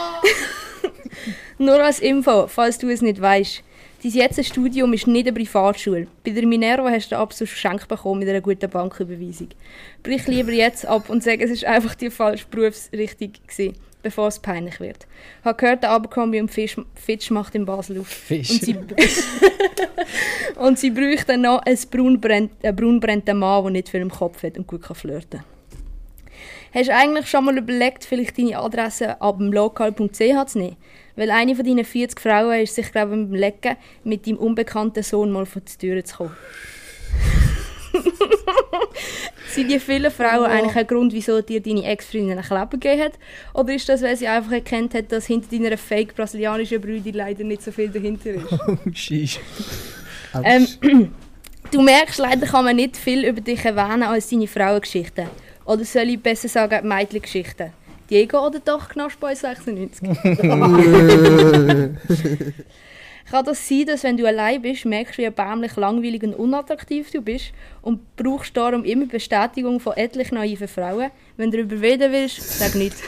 Nur als Info, falls du es nicht weißt. Dein jetziges Studium ist nicht eine Privatschule. Bei der Minerva hast du den Abschluss geschenkt bekommen mit einer guten Banküberweisung. Brich lieber jetzt ab und sag, es war einfach die falsche Berufsrichtung gewesen, bevor es peinlich wird. Ich habe gehört, der Abercrombie und Fitch macht in Basel auf. Fisch. Und sie bräuchten noch einen braunbrennenden Mann, der nicht viel im Kopf hat und gut flirten kann. Hast du eigentlich schon mal überlegt, vielleicht deine Adresse ab dem lokal.ch zu nehmen? Weil eine von deinen 40 Frauen ist sich, glaube ich, beim Lecken mit deinem unbekannten Sohn mal vor die Tür zu kommen. Sind die vielen Frauen eigentlich ein Grund, wieso dir deine Ex-Freundin einen Kleber gegeben hat? Oder ist das, weil sie einfach erkannt hat, dass hinter deiner fake brasilianischen Brüde leider nicht so viel dahinter ist? Oh, Sheesh. Du merkst, leider kann man nicht viel über dich erwähnen als deine Frauengeschichten. Oder soll ich besser sagen, Mädchengeschichten? Diego oder doch Knaschboy 96? Kann das sein, dass wenn du allein bist, merkst du, wie erbärmlich, langweilig und unattraktiv du bist und brauchst darum immer Bestätigung von etlichen naiven Frauen? Wenn du darüber reden willst, sag nicht.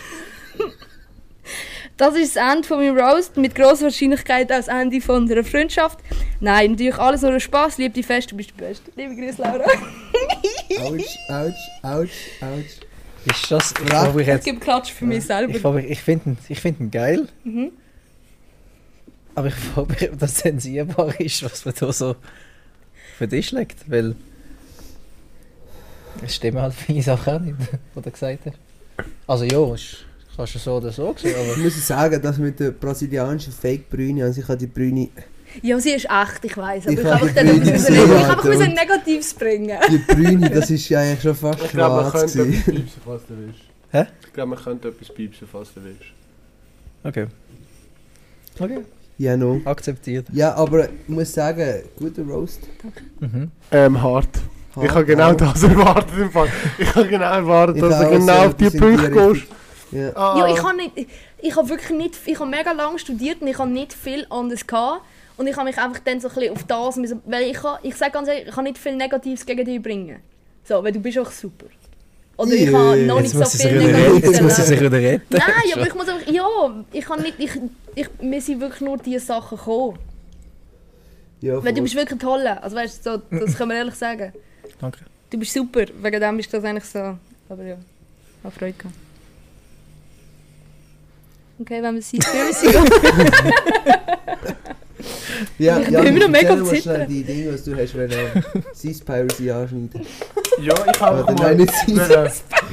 Das ist das Ende von meinem Roast, mit grosser Wahrscheinlichkeit auch das Ende von einer Freundschaft. Nein, natürlich alles nur ein Spass, lieb dich fest, du bist die Beste. Liebe Grüße, Laura. Autsch, Autsch, Autsch, Autsch. Ist das... Ich Ja. frage mich Es jetzt... gibt Klatsch für mich selber. Ich finde ihn geil. Mhm. Aber ich frage mich, ob das zensierbar ist, was man da so für dich legt. Weil... Das stimmt halt viele Sachen auch nicht, was du gesagt hast. Also ja, kannst du so oder so sehen, Ich aber... muss sagen, dass mit der brasilianischen Fake-Brüne, also ich habe die Brüne, Ja, sie ist echt, ich weiss. Aber Ich ich habe habe die dann Brüne etwas gesehen, ich einfach Alter. Negatives bringen. die Brüne, das ist ja eigentlich schon fast Ich glaube, man schwarz könnte gewesen. etwas piepsen, falls du willst. Hä? Ich glaube, man könnte etwas piepsen, falls du willst. Okay. Okay, Ja, no. akzeptiert. Ja, aber ich muss sagen, guter Roast. Mhm. Hart. Ich habe genau das erwartet im Fall. Ich habe genau erwartet, Ich dass du auch, genau so auf die etwas in Punkte die gehst. Richtung. Ja. Ah. Ja, ich habe wirklich nicht, ich habe mega lange studiert und ich habe nicht viel anderes gehabt. Und ich habe mich einfach dann so ein bisschen auf das müssen, weil ich sage ganz ehrlich, ich kann nicht viel Negatives gegen dich bringen. So, weil du bist auch super. Oder ich habe noch nicht Jetzt so muss sie viel sich wieder retten. Negatives Jetzt muss sie sich erlebt. wieder retten. Nein, aber ich muss einfach, ja, ich kann nicht, mir sind wirklich nur diese Sachen gekommen. Ja, Weil du voll. bist wirklich toll. Also weißt du, so, das können wir ehrlich sagen. Danke. Du bist super, wegen dem ist das eigentlich so. Aber ja, habe Freude gehabt. Okay, wenn wir Seaspiracy gehen. Ja, Ich ja, bin immer noch mega erzähl mal am schnell Zittern. die Dinge, was du hast, wenn Seaspiracy anschneiden. Ja, ich habe Oder nein, nicht wollen-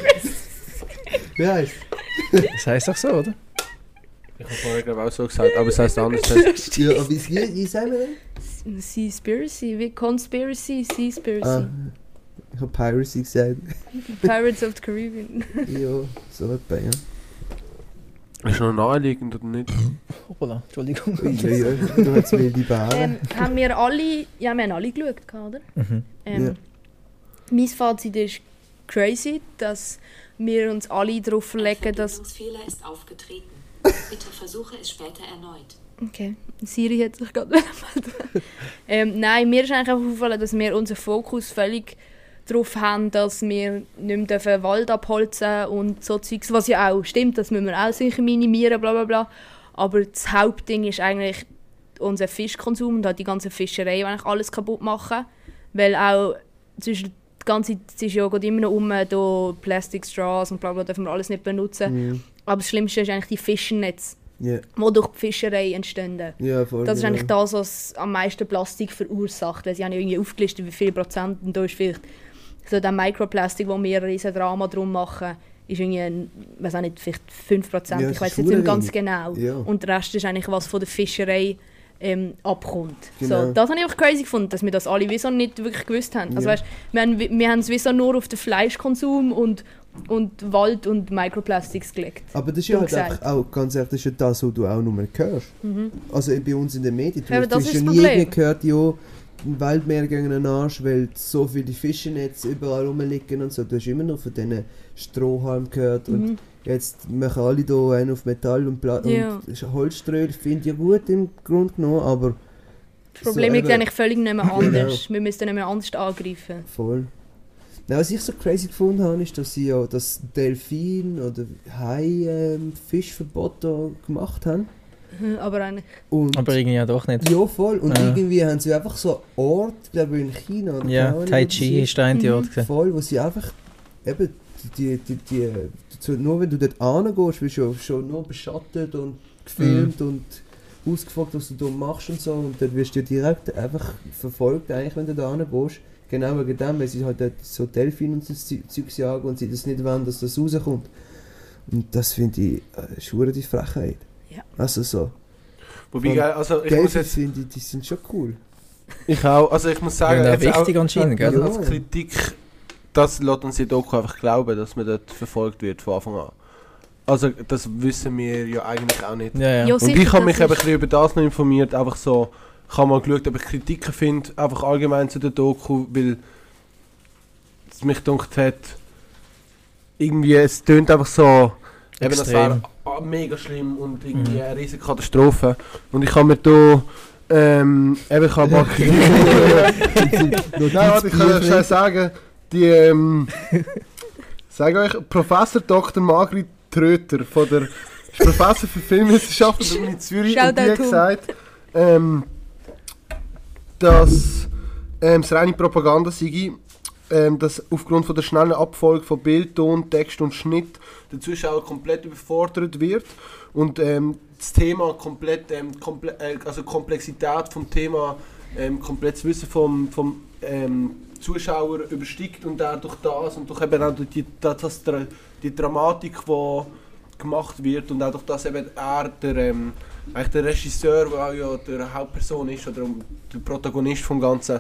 Wie heisst Das heisst doch so, oder? Ich habe vorher glaube ich auch so gesagt, aber es heisst anders. es? Ja, aber wie sagen wir denn? Seaspiracy, wie Conspiracy, Seaspiracy. Ah, ich habe Piracy gesagt. Pirates of the Caribbean. Ja, so etwa, ja. Ist noch naheliegend oder nicht? Hoppala, Entschuldigung. Ja, ja, du hast wilde Bären. Haben wir alle, ja, wir haben alle geschaut, oder? Mhm. Ja. Mein Fazit ist crazy, dass wir uns alle darauf verlegen, dass... Verbindungsfehler ist aufgetreten. Bitte versuche es später erneut. Okay, Siri hat sich gerade melden. Nein, mir ist eigentlich einfach aufgefallen, dass wir unseren Fokus völlig darauf haben, dass wir nicht mehr den Wald abholzen und so Zeugs, was ja auch stimmt, das müssen wir auch sicher minimieren, bla bla bla. Aber das Hauptding ist eigentlich unser Fischkonsum und halt die ganze Fischerei, die eigentlich alles kaputt machen. Weil auch zwischen die ganze Zeit ist ja gerade immer noch da Plastic Straws und bla bla, dürfen wir alles nicht benutzen. Mhm. Aber das Schlimmste ist eigentlich die Fischernetze, Ja, die durch die Fischerei entstehen. ja, voll. Das ist genau. eigentlich das, was am meisten Plastik verursacht. Weil sie haben ja irgendwie aufgelistet, wie viel Prozent. Und da ist vielleicht so der Mikroplastik, wo wir ein riesen Drama drum machen, ist irgendwie, weiß auch nicht, vielleicht 5%. Ja, ich es weiß ist jetzt nicht ganz wenig. genau. Ja. Und der Rest ist eigentlich, was von der Fischerei abkommt. Genau. So, das habe ich einfach crazy gefunden, dass wir das alle wieso nicht wirklich gewusst haben. Also Ja. weißt, wir haben es wieso nur auf den Fleischkonsum und Wald und Mikroplastics gelegt. Aber das ist ja Dumm halt gesagt. einfach auch, ganz ehrlich, das ist ja das, was du auch nur hörst. Also bei uns in den Medien. Ja, aber Du das hast ist ja das nie Problem. gehört, ja, ein Weltmeer gegen den Arsch, weil so viele Fischernetze überall rumliegen und so. Du hast immer noch von diesen Strohhalmen gehört und jetzt machen alle da einen auf Metall und, Ja. und Holzströhl. Ich finde ja gut im Grunde genommen, aber Das Problem liegt eben- eigentlich völlig nicht mehr anders. Wir müssen nicht mehr anders angreifen. voll. Nein, was ich so crazy gefunden habe, ist, dass sie ja das Delfin- oder Hai-Fischverbot da gemacht haben. Aber eigentlich... Und Aber irgendwie ja doch nicht. ja, voll. Und Ja. irgendwie haben sie einfach so einen Ort, glaube ich, in China. oder keine Ja, Ahnung, Tai wo das Chi ist der eine Ort. gewesen. voll, wo sie einfach eben nur wenn du dort hingehst, wirst du ja schon nur beschattet und gefilmt und ausgefragt, was du da machst und so. Und dann wirst du ja direkt einfach verfolgt, eigentlich, wenn du da hingehst. Genau wegen dem, weil sie halt dort so Delfine und so Zeugs jagen und sie das nicht wollen, dass das rauskommt. Und das finde ich schon die Frechheit. Ja. Also so. Wobei, Von also ich muss Delfine jetzt... finde ich, die sind schon cool. Ich auch. Also ich muss sagen... Ja, jetzt wichtig auch, anscheinend, gell? Also Ja. als Kritik, das lässt uns die Doku einfach glauben, dass man dort verfolgt wird von Anfang an. Also das wissen wir ja eigentlich auch nicht. Ja, ja. Ja, Und sicher, ich habe mich das eben ein ist- bisschen über das noch informiert, einfach so, ich habe mal geschaut, ob ich Kritiken finde, einfach allgemein zu der Doku, weil es mich gedacht hat, irgendwie, es tönt einfach so, eben das wäre mega schlimm und irgendwie eine riesige Katastrophe. Und ich habe mir da, eben ich habe mal Nein, warte, ich kann euch schnell sagen, die, sage euch, Professor Dr. Margrit Tröter von der ist Professor für Filmwissenschaft an der Uni Zürich und die Shoutout hat to. gesagt, dass es reine Propaganda sei, dass aufgrund von der schnellen Abfolge von Bild, Ton, Text und Schnitt der Zuschauer komplett überfordert wird und das Thema komplett, also Komplexität vom Thema, komplett das Wissen vom Zuschauer übersteigt und auch durch das und durch eben auch durch die Dramatik, die gemacht wird und auch durch das eben eigentlich der Regisseur, der auch ja der Hauptperson ist oder der Protagonist vom Ganzen,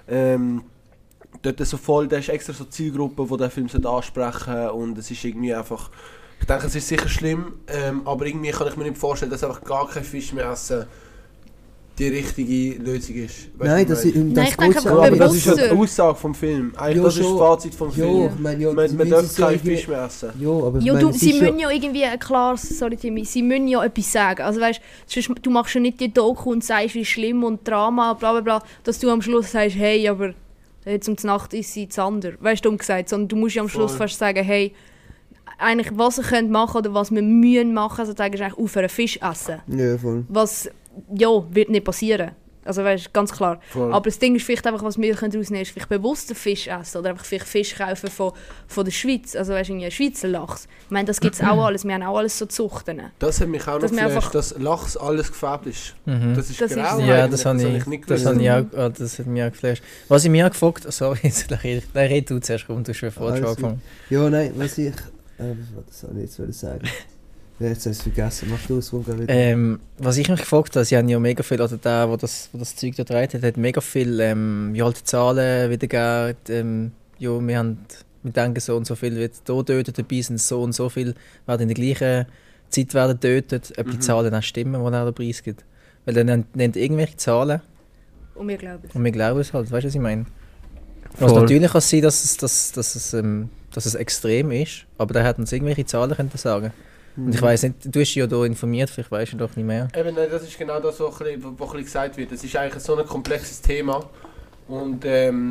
dort so voll, der ist extra so Zielgruppe, die den Film ansprechen und es ist irgendwie einfach, ich denke, es ist sicher schlimm, aber irgendwie kann ich mir nicht vorstellen, dass einfach gar kein Fisch mehr essen die richtige Lösung ist. Weißt Nein, du, das ich ist ich denke aber das ist bewusster. eine Aussage vom Film. Eigentlich Ja, das ist das schon. Fazit vom Film. Ja, ich meine, ja, Man darf keinen Fisch mehr essen. Ja, aber ich Ja, meine, es sie ist müssen ja irgendwie ein klares, sorry Timmy, sie müssen ja etwas sagen. Also weißt, du machst ja nicht die Doku und sagst, wie schlimm und Drama, bla bla bla, dass du am Schluss sagst, hey, aber jetzt um die Nacht ist sie Zander. Weißt du, umgesagt, sondern du musst ja am Schluss Voll. fast sagen, hey, eigentlich was ihr könnt machen oder was wir müssen machen, also sagen, ist eigentlich aufhören Fisch essen. Ja, voll. Was, ja, wird nicht passieren. Also weißt, ganz klar. Voll. Aber das Ding ist vielleicht einfach, was wir daraus nehmen können, ist vielleicht bewusster Fisch essen oder einfach vielleicht Fisch kaufen von der Schweiz. Also weißt du, irgendwie Schweizer Lachs. Ich meine, das gibt es auch alles. Wir haben auch alles so Zuchten. Das hat mich auch noch Dass wir geflasht, einfach- dass Lachs alles gefärbt ist. Mhm. Das ist Das ist- grau. Ja, eigentlich, das habe ich, nicht das gewusst. habe ich auch, das hat mich auch geflasht. Was ich mich auch gefragt habe, sorry, jetzt red du zuerst, komm, du hast schon vorher schon Alles angefangen. Ja, nein, was soll ich jetzt sagen? Ja, jetzt habe ich es vergessen. Mach du es, Runga, wieder. Was ich mich gefragt habe, sie haben ja mega viel, oder der, wo das Zeug da dreht hat mega viel ja, halt Zahlen wiedergegeben. Ja, wir denken so und so viel wird hier tötet, dabei sind so und so viel werden in der gleichen Zeit werden tötet, ob die Zahlen auch stimmen, die er den Preis gibt. Weil er nennt irgendwelche Zahlen Und wir glauben es. und wir glauben es halt, weißt du, was ich meine? Was Voll. natürlich kann sein, dass es extrem ist, aber da hätten uns irgendwelche Zahlen können sagen. Und ich weiss nicht, du hast ja hier informiert, vielleicht weißt du doch nicht mehr. Eben, nein, das ist genau das, was ein bisschen gesagt wird. Es ist eigentlich so ein komplexes Thema und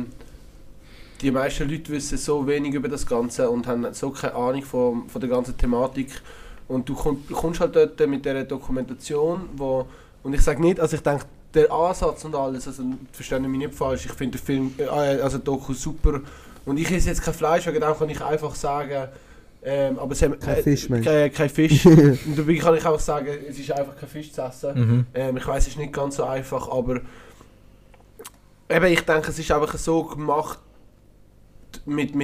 die meisten Leute wissen so wenig über das Ganze und haben so keine Ahnung von der ganzen Thematik. Und du kommst halt dort mit dieser Dokumentation, und ich sage nicht, also ich denke, der Ansatz und alles, also verstehe mich nicht falsch, ich finde den Film, also die Doku super und ich esse jetzt kein Fleisch, wegen dem kann ich einfach sagen, aber es haben Kein Fisch, Mensch. kein Fisch. Und dabei kann ich einfach sagen, es ist einfach kein Fisch zu essen. Mhm. Ich weiss, es ist nicht ganz so einfach, aber eben, ich denke, es ist einfach so gemacht mit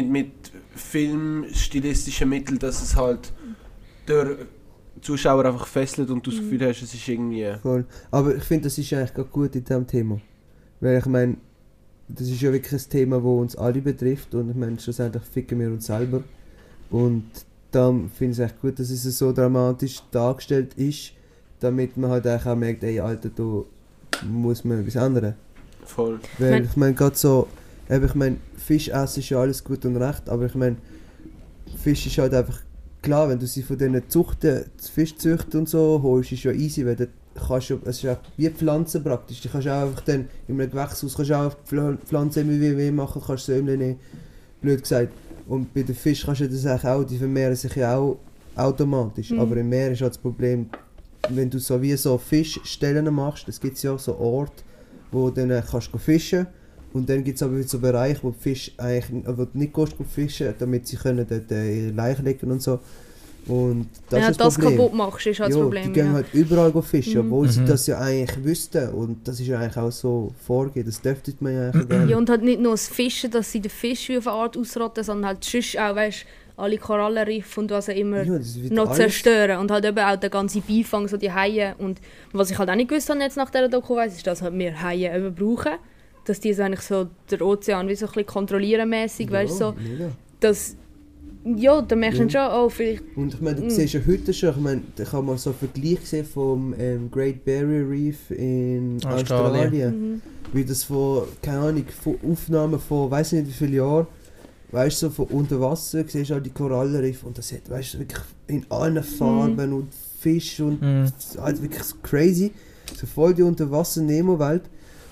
filmstilistischen Mitteln, dass es halt der Zuschauer einfach fesselt und du das Gefühl hast, es ist irgendwie... Voll. Aber ich finde, das ist eigentlich gerade gut in diesem Thema. Weil ich meine, das ist ja wirklich ein Thema, das uns alle betrifft und ich meine, schlussendlich ficken wir uns selber. Und dann finde ich es echt gut, dass es so dramatisch dargestellt ist, damit man halt eigentlich auch merkt, ey Alter, da muss man etwas ändern. Voll. Weil ich meine, gerade so, ich meine, Fisch essen ist ja alles gut und recht, aber ich meine, Fisch ist halt einfach, klar, wenn du sie von diesen Fischzüchten und so holst, ist ja easy, weil dort kannst du, es ist ja wie Pflanzen praktisch, du kannst auch einfach dann in einem Gewächshaus kannst du auch Pflanzen wie machen, kannst du so nehmen, blöd gesagt. Und bei den Fischen kannst du das eigentlich auch, die vermehren sich ja auch automatisch, aber im Meer ist halt das Problem, wenn du so wie so Fischstellen machst, es gibt ja so Orte, wo du dann kannst fischen und dann gibt es aber wieder so Bereiche, wo die Fische eigentlich, wo du nicht gehst fischen, damit sie können dort ihre Leichen legen und so. Und das Wenn ist du das das Problem. kaputt machst, ist halt das Ja, Problem. die gehen Ja. halt überall fischen, obwohl sie Mhm. das ja eigentlich wüssten und das ist ja eigentlich auch so vorgehen, das dürfte man ja eigentlich gerne. Ja, und halt nicht nur das Fischen, dass sie den Fisch wie auf eine Art ausrotten, sondern halt sonst auch, weißt, alle Korallenriffe und was auch immer Ja, das wird noch alles- zerstören. Und halt eben auch der ganze Beifang, so die Haie. Und was ich halt auch nicht gewusst habe jetzt nach dieser Doku weiss, ist, dass halt wir Haie eben brauchen. Dass die so eigentlich so den Ozean wie so ein bisschen kontrollieren mässig, weißt so. mega. Dass, ja, da merkst du dann schon, oh, vielleicht... Und ich meine, du siehst ja heute schon, ich meine, da kann man so einen Vergleich sehen vom Great Barrier Reef in Australien. Wie das von, keine Ahnung, von Aufnahmen von, weiß nicht wie viele Jahren, weißt du, so von unter Wasser, siehst du auch die Korallenriffe und das hat, weißt du, wirklich in allen Farben und Fisch und halt wirklich so crazy. So voll die Unterwasser-Nemo-Welt.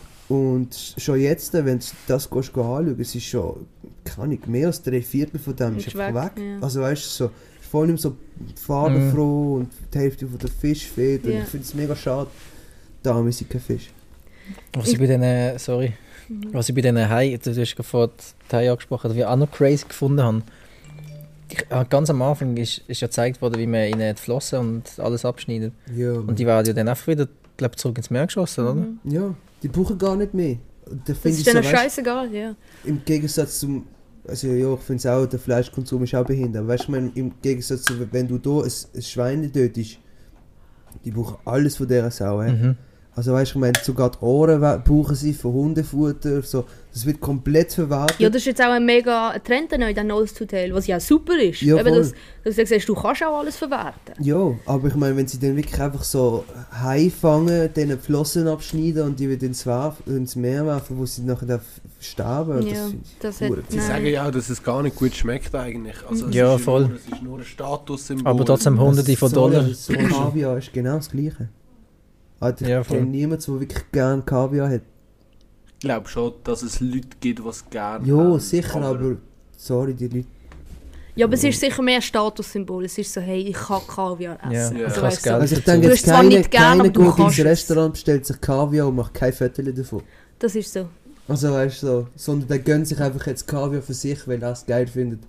Und schon jetzt, wenn du das anschaust, es ist schon, keine Ahnung, mehr als 3/4 von dem ist Ist einfach weg. weg, ja. Also weißt du, so, voll nicht mehr so farbenfroh und die Hälfte von der Fisch fehlt. Und Ja. ich finde es mega schade. Da haben wir kein Fisch. Was ich bei diesen, sorry, was ich bei diesen Haien, du hast gerade die Haie angesprochen, was ich auch noch crazy gefunden habe. Ganz am Anfang ist ja gezeigt worden, wie man ihnen die Flossen und alles abschneidet. Ja, Und die werden ja dann einfach wieder, glaube zurück ins Meer geschossen, oder? ja, die brauchen gar nicht mehr. Da Das finde ist ich dann so, auch weißt, scheißegal, ja. im Gegensatz zum, also ja, ich finde es auch, der Fleischkonsum ist auch behindert. Aber weißt du, ich meine, im Gegensatz zu, wenn du da ein Schwein tötest, die brauchen alles von dieser Sau. Also weißt du, ich meine, sogar die Ohren brauchen sie für Hundefutter, so. Das wird komplett verwertet. Ja, das ist jetzt auch ein mega Trend in den Nose to Tail, was ja super ist. Ja, Eben, voll. dass du sagst, du kannst auch alles verwerten. Ja, aber ich meine, wenn sie dann wirklich einfach so Hai fangen, denen die Flossen abschneiden und die wieder ins Meer werfen, wo sie nachher sterben, Ja, das finde ich das verdammt. hat- Sie Nein. sagen ja auch, dass es gar nicht gut schmeckt eigentlich. Also es Ja, ist voll. Es ist nur ein Statussymbol. Aber trotzdem Hunderte von Dollar. So Kaviar ist genau das Gleiche. Alter, Ja, ich voll. kenne niemanden, der wirklich gerne Kaviar hat. Ich glaube schon, dass es Leute gibt, die es gerne Ja, haben. sicher, aber sorry, die Leute. Ja, aber es ist sicher mehr ein Statussymbol. Es ist so, hey, ich kann Kaviar Ja, essen. Ja. Also, ich weißt kann du, Also ich dazu. denke Du jetzt, hast zwar nicht gern, keiner aber du geht ins kannst es. Restaurant, bestellt sich Kaviar und macht kein Foto davon. das ist so. Also weißt du so, sondern der gönnt sich einfach jetzt Kaviar für sich, weil er es geil findet.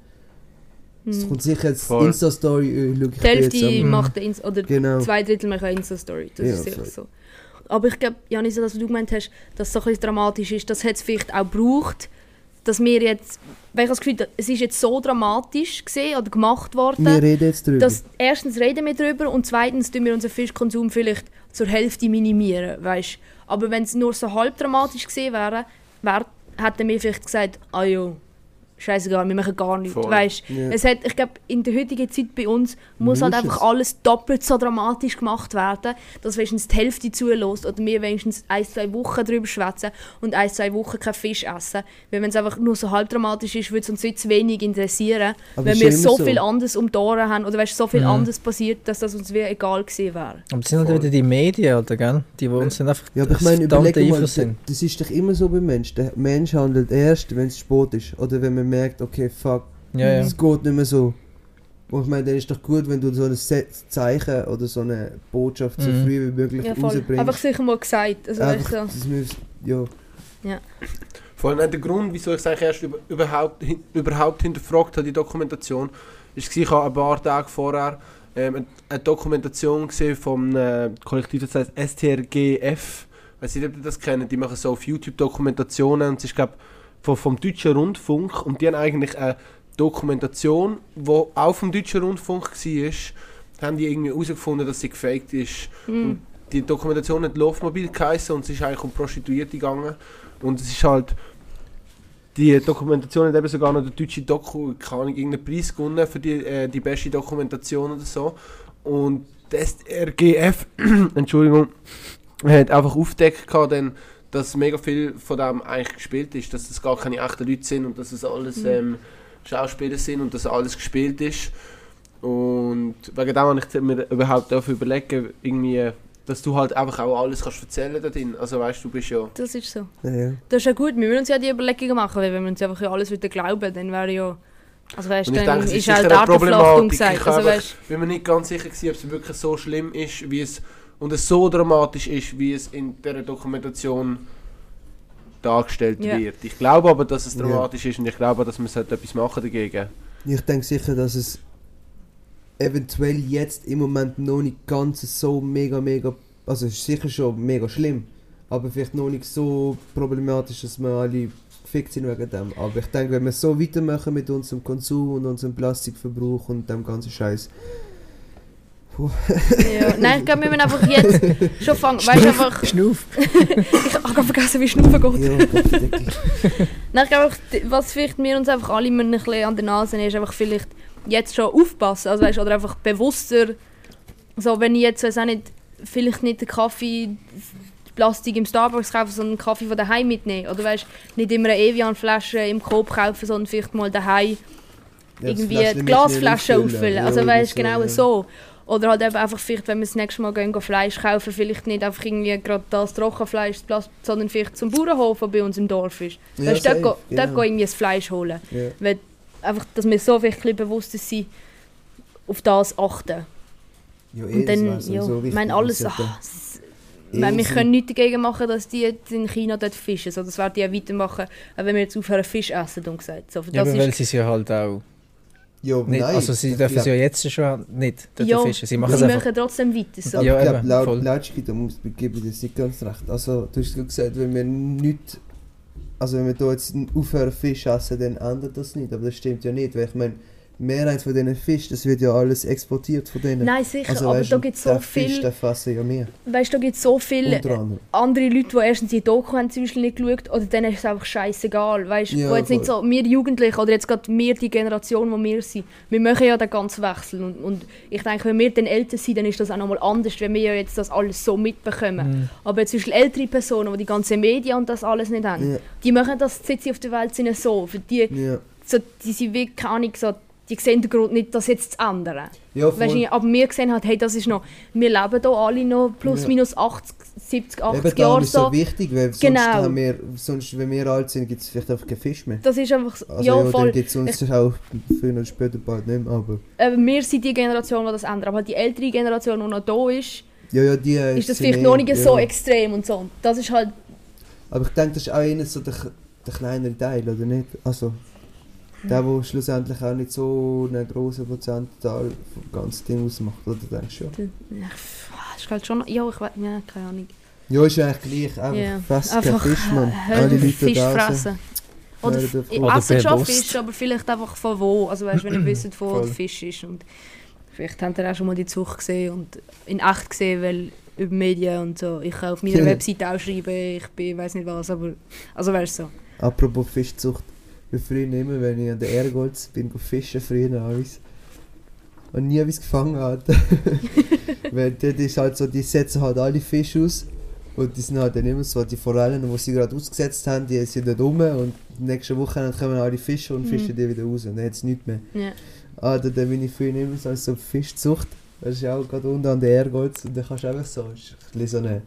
Es kommt sicher jetzt Voll. Insta-Story, schau ich Die dir Hälfte jetzt an. macht eine oder Genau. 2/3 machen eine Insta-Story. Das Ja, ist sicher voll. so. Aber ich glaube, Janis, das, was du gemeint hast, dass es so ein bisschen dramatisch ist, das hat es vielleicht auch gebraucht, dass wir jetzt, weil ich habe das Gefühl, es ist jetzt so dramatisch gesehen oder gemacht worden, Wir reden jetzt drüber. dass erstens reden wir darüber und zweitens tun wir unseren Fischkonsum vielleicht zur Hälfte minimieren, weißt? Aber wenn es nur so halb dramatisch gesehen wäre, hätten wir vielleicht gesagt, ah ja, scheißegal, wir machen gar nichts, Voll. weißt? Ja. Es hat, ich glaube, in der heutigen Zeit bei uns muss halt Muss einfach es. alles doppelt so dramatisch gemacht werden, dass wenigstens die Hälfte zulässt oder wir wenigstens 1-2 Wochen darüber schwätzen und 1-2 Wochen keinen Fisch essen. Weil wenn es einfach nur so halb dramatisch ist, würde es uns jetzt wenig interessieren, Aber wenn ist wir immer so so. viel anderes um die Ohren haben oder weißt, so viel Mhm. anderes passiert, dass das uns wie egal gewesen wäre. Aber es sind halt wieder die Medien, Alter, gell? Die uns dann einfach Ja, aber ich meine, verdammte überleg mal, Einfluss sind. das ist doch immer so beim Menschen. Der Mensch handelt erst, wenn es Sport ist. Oder wenn man merkt, okay, fuck, Ja, ja. es geht nicht mehr so. Und ich meine, dann ist doch gut, wenn du so ein Zeichen oder so eine Botschaft so Mhm. früh wie möglich Ja, voll. rausbringst. Einfach sicher mal gesagt. Also, weißt Einfach, du, so. das muss, ja. Vor allem der Grund, wieso ich es eigentlich erst überhaupt hinterfragt habe, die Dokumentation, ist, ich habe ein paar Tage vorher eine Dokumentation gesehen vom Kollektiv, das heißt STRGF. Ich weiß nicht, ob ihr das kennt, die machen so auf YouTube Dokumentationen und es ist, glaube ich, vom Deutschen Rundfunk und die haben eigentlich eine Dokumentation, die auch vom Deutschen Rundfunk war, haben die irgendwie herausgefunden, dass sie gefaked ist. Und die Dokumentation hat Laufmobil geheißen und es ist eigentlich um Prostituierte gegangen. Und es ist halt, die Dokumentation hat eben sogar noch der deutsche Doku, keine Ahnung, irgendeinen Preis gewonnen für die beste Dokumentation oder so. Und das RGF, Entschuldigung, hat einfach aufgedeckt gehabt, denn, dass mega viel von dem eigentlich gespielt ist, dass das gar keine echten Leute sind und dass es alles Schauspieler sind und dass alles gespielt ist. Und wegen dem habe ich mir überhaupt dafür überlegen, irgendwie, dass du halt einfach auch alles kannst erzählen da drin. Also weißt du, bist ja... Das ist so. Ja. Das ist ja gut, wir müssen uns ja die Überlegungen machen, weil wenn wir uns einfach alles wieder glauben, dann wäre ja... Also weißt Und du, ich dann denke, es ist ist auch sicher die eine Artenverflachtung Problematik. gesagt. Ich Also einfach- weißt, bin mir nicht ganz sicher gewesen, ob es wirklich so schlimm ist, wie es... Und es so dramatisch ist, wie es in dieser Dokumentation dargestellt Ja. wird. Ich glaube aber, dass es Ja. dramatisch ist und ich glaube, dass man etwas machen dagegen. Ich denke sicher, dass es eventuell jetzt im Moment noch nicht ganz so mega, also es ist sicher schon mega schlimm, aber vielleicht noch nicht so problematisch, dass wir alle gefickt sind wegen dem. Aber ich denke, wenn wir so weitermachen mit unserem Konsum und unserem Plastikverbrauch und dem ganzen Scheiß. ja. Nein, ich glaube, wir müssen einfach jetzt schon fangen. Weißt du, einfach... Schnuff. Ich habe gerade vergessen, wie Schnupfen geht. Ja, Gottverdeckel. Nein, ich glaube, was vielleicht wir uns einfach alle ein bisschen an der Nase nehmen, ist einfach vielleicht jetzt schon aufpassen. Also, weißt, oder einfach bewusster. So, wenn ich jetzt, weiß auch nicht, vielleicht nicht den Kaffee, Plastik im Starbucks kaufe, sondern einen Kaffee von daheim mitnehmen. Oder weißt, nicht immer eine Evian-Flasche im Coop kaufen, sondern vielleicht mal daheim Ja, das irgendwie Fläschchen die Glasflasche mitnehmen, auffüllen. ja, Also oder weißt genau ja. so. Oder halt eben einfach vielleicht, wenn wir das nächste Mal gehen Fleisch kaufen, vielleicht nicht einfach irgendwie gerade das Trockenfleisch, sondern vielleicht zum Bauernhof, der bei uns im Dorf ist. Ja, Weißt, dort, safe, dort gehen irgendwie das Fleisch holen. Ja. Weil einfach, dass wir so vielleicht ein bisschen bewusster sind, auf das achten. Ja, Und das dann, wäre sowieso ja, ich wichtig, meine, alles... dass Ich meine, wir können nichts dagegen machen, dass die jetzt in China dort fischen. So, das werden die auch weitermachen, auch wenn wir jetzt aufhören Fisch essen, dumm gesagt. So, Ja, das aber weil ist, sie es ja halt auch Ja, nicht, nein, also sie ich dürfen es ja glaub- jetzt schon nicht dort ja, fischen. Sie sie machen es einfach. machen trotzdem weiter. So. Aber Ja, ich eben, glaube, voll. laut Lautstärke, da gebe ich dir nicht ganz recht. Also, du hast gerade gesagt, wenn wir nichts also wenn wir hier jetzt aufhören Fisch essen, dann ändert das nicht. Aber das stimmt ja nicht, weil ich meine, Mehrheit von diesen Fischen, das wird ja alles exportiert von denen. Nein, sicher, also, aber weißt, da gibt es so der Fisch, viel... den fressen ja mehr. Weißt du, da gibt es so viele Unter anderem. andere Leute, die erstens die Doku haben zum Beispiel nicht geschaut, oder denen ist es einfach scheißegal. Weißt du, Ja, wo jetzt nicht voll. so, wir Jugendliche oder jetzt gerade wir, die Generation, wo wir sind, wir machen ja den ganzen Wechsel. Und ich denke, wenn wir dann älter sind, dann ist das auch nochmal anders, wenn wir ja jetzt das alles so mitbekommen. Aber zum Beispiel ältere Personen, die die ganzen Medien und das alles nicht haben, Ja. die machen das, seit sie auf der Welt sind, so. Für die, Ja, so, die sind wirklich keine Ahnung, so, die sehen den Grund nicht, das jetzt zu ändern. ja voll. Weißt du, aber wir gesehen haben, hey, das ist noch, wir leben hier alle noch plus Ja. minus 80, 70, 80 Eben darum Jahre ist so so. wichtig, weil sonst, Genau. wenn wir alt sind, gibt es vielleicht einfach keinen Fisch mehr. Das ist einfach, so- Also ja ja, voll. dann gibt es uns auch früher oder später bald nicht mehr, aber... Wir sind die Generation, die das ändert. Aber die ältere Generation, die noch da ist, Ja, die ist das sind vielleicht noch nicht ja. so extrem und so. Und das ist halt, Aber ich denke, das ist auch eher so der kleinere Teil, oder nicht? Also, der schlussendlich auch nicht so einen grossen Prozentteil vom ganzen Ding ausmacht, oder denkst du ja? das ist halt schon, ja, ich weiß, ja, keine Ahnung. Ja, ist ja eigentlich gleich, einfach Ja. fast kein Einfach Fisch, Mann. hör Alle auf Leute Fisch da draußen. fressen. Oder Hört auf- ich Oder esse schon bewusst. Fisch, aber vielleicht einfach von wo. Also weißt, wenn ihr wisst, wo Voll. der Fisch ist. Und vielleicht habt ihr auch schon mal die Zucht gesehen und in echt gesehen, weil über Medien und so. Ich kann auf meiner Webseite auch schreiben, ich bin, weiß nicht was, aber also weißt du so. Apropos Fischzucht. Ich früher immer, wenn ich an der Ergolz bin, fischen früher alles. Und nie etwas gefangen hat. Weil dort ist halt so, die setzen halt alle Fische aus. Und die sind halt dann immer so, die Forellen, die sie gerade ausgesetzt haben, die sind dort rum. Und nächste Woche kommen alle Fische und fischen die wieder raus. Und dann hat es nichts mehr. Ja. Dann bin ich früher immer so, so Fischzucht. Das ist auch gerade unten an der Ergolz. Und dann kannst du einfach so, ist ein bisschen so ein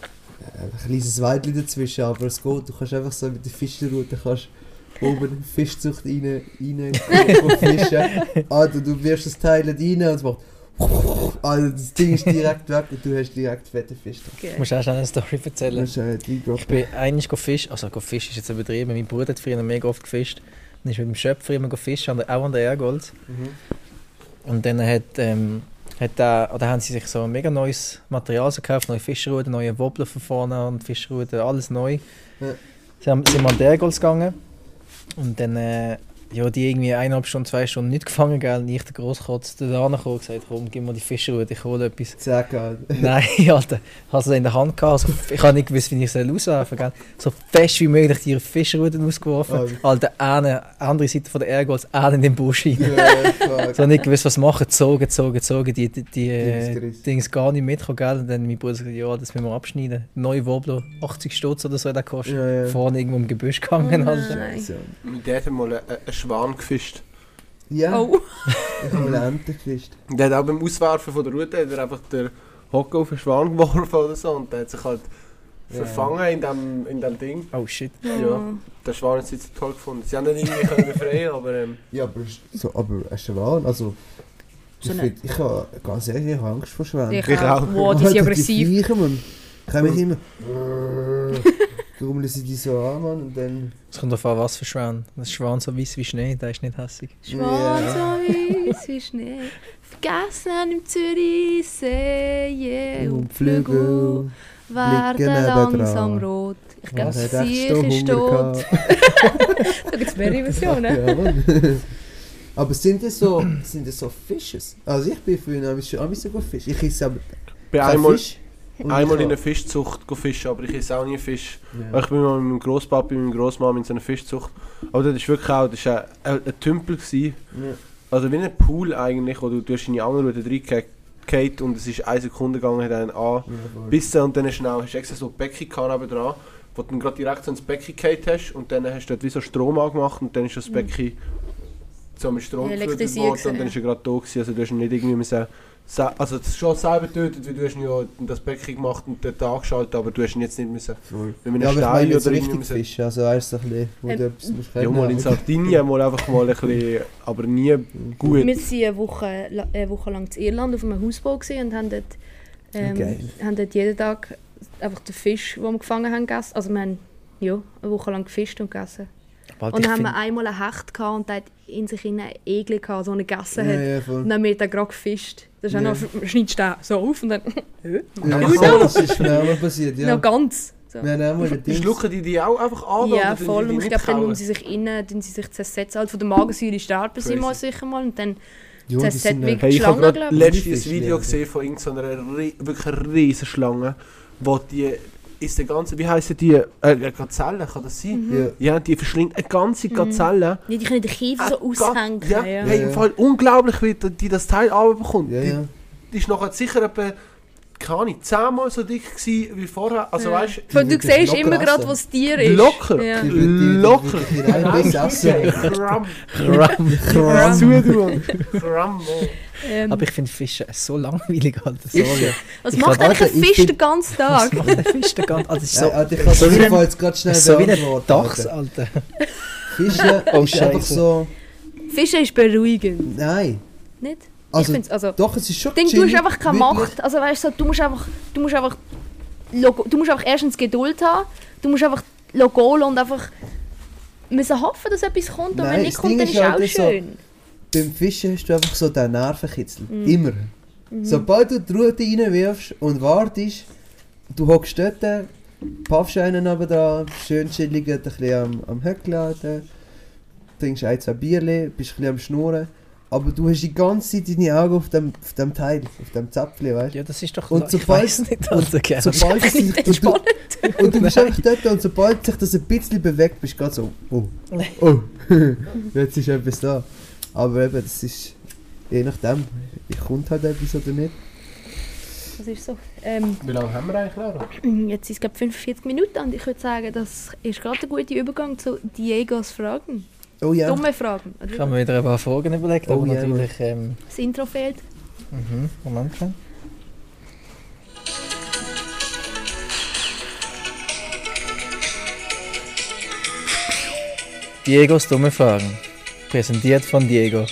kleines Weidchen dazwischen, aber es geht. Du kannst einfach so mit der Fischroute kannst oben in die Fischzucht rein fischen. Du wirfst das Teil rein und es macht das Ding ist direkt weg und du hast direkt fette Fisch drin. Ich muss auch schnell eine Story erzählen. Das ist Ich bin eigentlich fischen, also Fisch ist jetzt übertrieben, mein Bruder hat früher mega oft gefischt. Dann ist mit dem Schöpfer immer fischen, auch an der Ergolz. Und dann haben sie sich so ein mega neues Material so gekauft, neue Fischruten, neue Wobbler von vorne und Fischruten, alles neu. Ja. Sind wir an der Ergolz gegangen und dann die irgendwie 1,5 Stunden, 2 Stunden nicht gefangen, gell? Und ich, der Grosskotz, da gekommen und gesagt, komm, gib mir die Fischrute, ich hole etwas. Zack, Alter. Nein, Alter, ich hatte sie in der Hand gehabt, also, ich habe nicht gewusst, wie ich sie auswerfen soll. So fest wie möglich die Fischruten ausgeworfen. Alter, andere Seite von der Ergolz, in den Busch rein. Ja, Ich habe nicht gewusst, was machen, gezogen, die gerissen. Dings gar nicht mitkommen, gell? Und dann mein Bruder sagt, ja, das müssen wir abschneiden. Neue Wobbler, 80 Stutz oder so hat der gekostet. Ja. Vorne irgendwo im Gebüsch gegangen, Alter. Nein. So. Mein Dad hat mal einen Schwan gefischt. Ja, Oh. ich habe eine Ente gefischt. Der hat auch beim Auswerfen von der Route hat er einfach den Hocker auf den Schwan geworfen oder so und der hat sich halt verfangen in dem Ding. Oh shit. Ja, der Schwan hat es jetzt toll gefunden. Sie haben ihn irgendwie können befreien, aber Ja, aber ein Schwan, also... So Ich habe ganz ehrlich, ich habe Angst vor Schwänen. Ich Ich auch. auch. Wow, die sind Alter, aggressiv. Die Viecher, Mann. Ich kann mich immer... Darum lasse ich die so an, Mann, und dann... Es kommt darauf an, was für Schwan. Ein Schwan so weiss wie Schnee, der ist nicht hässig. Schwan so weiß wie Schnee, vergessen im Zürichsee, und Flügel werden liegen langsam nebendran. rot. Ich glaube, Was hat sie echt ist so tot. Hunger Da gibt es mehrere Versionen. Ja, Mann. Aber sind das so Fisches? Also ich bin früher auch sogar Fisch. Ich esse aber bin kein einmal Fisch. Und in ich einer habe- Fischzucht fischen, aber ich esse auch nie Fisch. Ja. Ich bin mal mit meinem Grosspapi und meiner Grossmama in so einer Fischzucht. Aber das ist wirklich auch, das war ein Tümpel gewesen. Ja. Also wie ein Pool eigentlich, wo du hast deine Angelrute reingehakt und es ist 1 Sekunde gegangen, hat einen angebissen und dann hast du extra so Becken dran, wo du dann gerade direkt so ins Becken gehalten hast und dann hast du dort wie so Strom angemacht und dann ist das Becken so mit Strom gefüllt Elektrisiert worden und dann ist er gerade da gewesen. Also du hast ihn nicht irgendwie müssen, also das ist schon selber getötet, weil du hast ihn ja das Becken gemacht und dort angeschaltet, aber du hast ihn jetzt nicht müssen, Voll. wenn man Ja, einen aber ich meine Stein jetzt oder irgendwie richtig müssen. Fisch, also weißt du, so ein bisschen, wo du etwas musst Ja, können, mal in aber- Sardinien, mal einfach mal ein bisschen, aber nie gut. Wir waren eine Woche lang in Irland auf einem Hausbau gewesen und haben dort, Geil. haben dort jeden Tag einfach den Fisch, den wir gefangen haben, gegessen. Also wir haben eine Woche lang gefischt und gegessen. Aber Und ich dann haben find- wir einmal einen Hecht gehabt und der hat in sich einen Egel gehabt, so einen gegessen hat. Ja, voll. Und dann haben wir den gerade gefischt. Das ist Ja. auch noch, schneidest du den so auf und dann... Ja, so, das ist schnell mal passiert, ja. Noch ganz. So. Wir haben auch mal ein Ding. Schlucken die auch einfach an? Ja, oder tun voll. die Und ich nicht glaube, dann kauen? tun sie sich innen, tun sie sich zersetzen. Also von der Magensäure sterben sie Crazy. mal sicher mal. Und dann Ja, die zersetzt sind, wirklich Hey, ich habe Schlangen, gerade glaube ich. letztes Fisch, Video ja. gesehen von irgendeiner wirklich riesen Schlange, wo die ist der ganze, wie heissen die, Gazelle, kann das sein? Ja. Ja, die verschlingt eine ganze Gazelle. Ja, die können den Kiefer so aushängen. Ja, Ja. hey, im Fall unglaublich, wie die das Teil runterbekommt. Ja, ja. Die ist nachher sicher etwa, keine Ahnung, 10-mal so dick gewesen wie vorher. Also Ja. weißt Weil du Die wird siehst locker immer gerade, essen. wo das Tier ist. Locker. Ja. Die wird Locker. wirklich rein bis essen. Kram. Kram. Zutun. Kram. Aber ich finde Fische so langweilig, Alter. Sorry. Was Ich macht kann- eigentlich ein Alter, ich Fisch find- den ganzen Was Tag? macht der Fisch den ganzen... Also, es ist so, Ja, ich kann so es wie ein- jetzt gerade schnell so wie ein beantworten, Dachs, Alter. Alter. Fische Oh, ist einfach Scheiße. so... Fischen ist beruhigend. Nein. Nicht? Also, ich find's, also doch, es ist schon Ding, du chillig, hast einfach keine wirklich. Macht. Also weißt du, so, du musst einfach erstens Geduld haben, du musst einfach gehen und einfach müssen hoffen, dass etwas kommt. Und Nein, wenn nicht das kommt, Ding dann ist ist halt auch so- schön. Beim Fischen hast du einfach so den Nervenkitzel. Immer. Sobald du die Rute reinwirfst und wartest, du hockst dort, paffst einen aber da, schön chillig, ein bisschen am Höckeln, trinkst ein, zwei Bierchen, bist ein bisschen am Schnurren. Aber du hast die ganze Zeit deine Augen auf dem Teil, auf dem Zäpfchen, weißt du? Ja, das ist doch... Und ich sobald- weiss nicht, Alter, gell. Sobald Das ist nicht sich, und, spannend. du, und du bist einfach dort und sobald sich das ein bisschen bewegt, bist du gerade so, oh, jetzt ist etwas da. Aber eben, das ist, je nachdem, kommt halt etwas oder nicht. Das ist so. Wie lange haben wir eigentlich, Laura? Jetzt sind es glaube 45 Minuten und ich würde sagen, das ist gerade ein guter Übergang zu Diegos Fragen. Oh ja, Dumme Fragen. Ich habe mir wieder ein paar Fragen überlegt, Oh aber ja, natürlich... Das Intro fehlt. Moment schon. Diegos dumme Fragen. Präsentiert von Diego.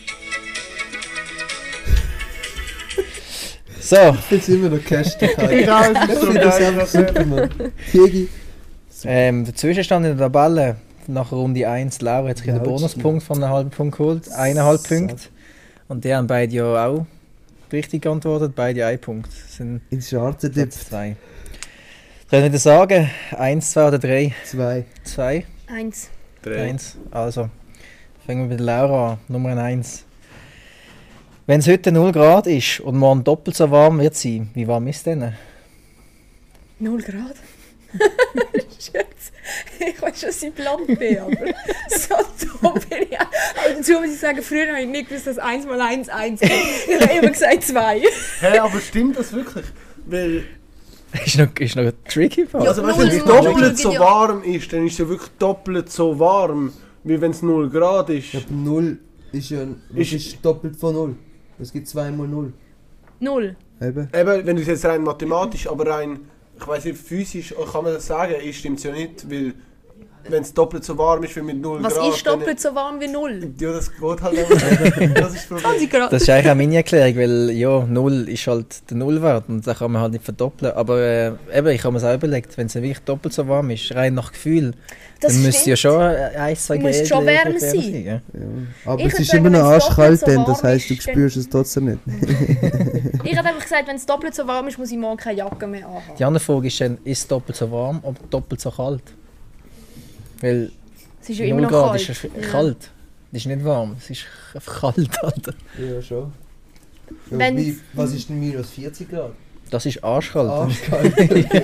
So, jetzt immer noch Kästchen. Ja, es ist so Ich finde das geil. einfach super, Mann. Diegi. der Zwischenstand in der Tabelle nach Runde 1. Laura hat sich einen Lautsten. Bonuspunkt von einem halben Punkt geholt. 1,5 Punkte. Und die haben beide ja auch richtig geantwortet. Beide 1 Punkt. Das sind Ins schwarze Platz Dipf. 2. Können wir sagen? 1, 2 oder 3? 2. 2? 1. 1. Also, fangen wir mit Laura an. Nummer 1. Wenn es heute 0 Grad ist und morgen doppelt so warm wird sein, wie warm ist es denn? 0 Grad. Schatz, ich weiß schon, dass ich blond bin, aber so dumm bin ich auch. Aber dazu muss ich sagen, früher habe ich nicht gewusst, dass 1 mal 1 1 ist. Ich habe immer gesagt 2. Hey, aber stimmt das wirklich? Weil, Ist noch ein tricky Part. Ja, also weißt, wenn es 0, doppelt so ja. warm ist, dann ist es ja wirklich doppelt so warm, wie wenn es 0 Grad ist. Ja, aber 0 ist ja ist doppelt von 0. Es gibt 2 mal 0. 0. Eben. Eben, wenn du es jetzt rein mathematisch, aber rein, ich weiß nicht, physisch kann man das sagen, stimmt es ja nicht, weil wenn es doppelt so warm ist wie mit 0 Was Grad... ist doppelt so warm wie 0? Dann, ja, das geht halt einfach. Das ist das Problem. 20 Grad. Das ist eigentlich auch meine Erklärung, weil ja, 0 ist halt der Nullwert und den kann man halt nicht verdoppeln. Aber eben, ich habe mir auch überlegt, wenn es wirklich doppelt so warm ist, rein nach Gefühl, Das dann müsste ja stimmt. schon 1, 2 Muss Grad schon wärmer sein. Ja. Ja. Aber Ich es würd ist sagen, immer noch wenn's doppelt arschkalt, so denn warm das heisst, du ist, dann- spürst es trotzdem nicht. Ich habe einfach gesagt, wenn es doppelt so warm ist, muss ich morgen keine Jacke mehr anhaben. Die andere Frage ist dann, ist es doppelt so warm oder doppelt so kalt? Weil Es ist ja 0 immer noch Grad kalt. ist kalt. Es ist nicht warm, es ist einfach kalt, Alter. Ja, schon. Ja, Wenn's- was ist denn minus 40 Grad? Das ist arschkalt. Arschkalt.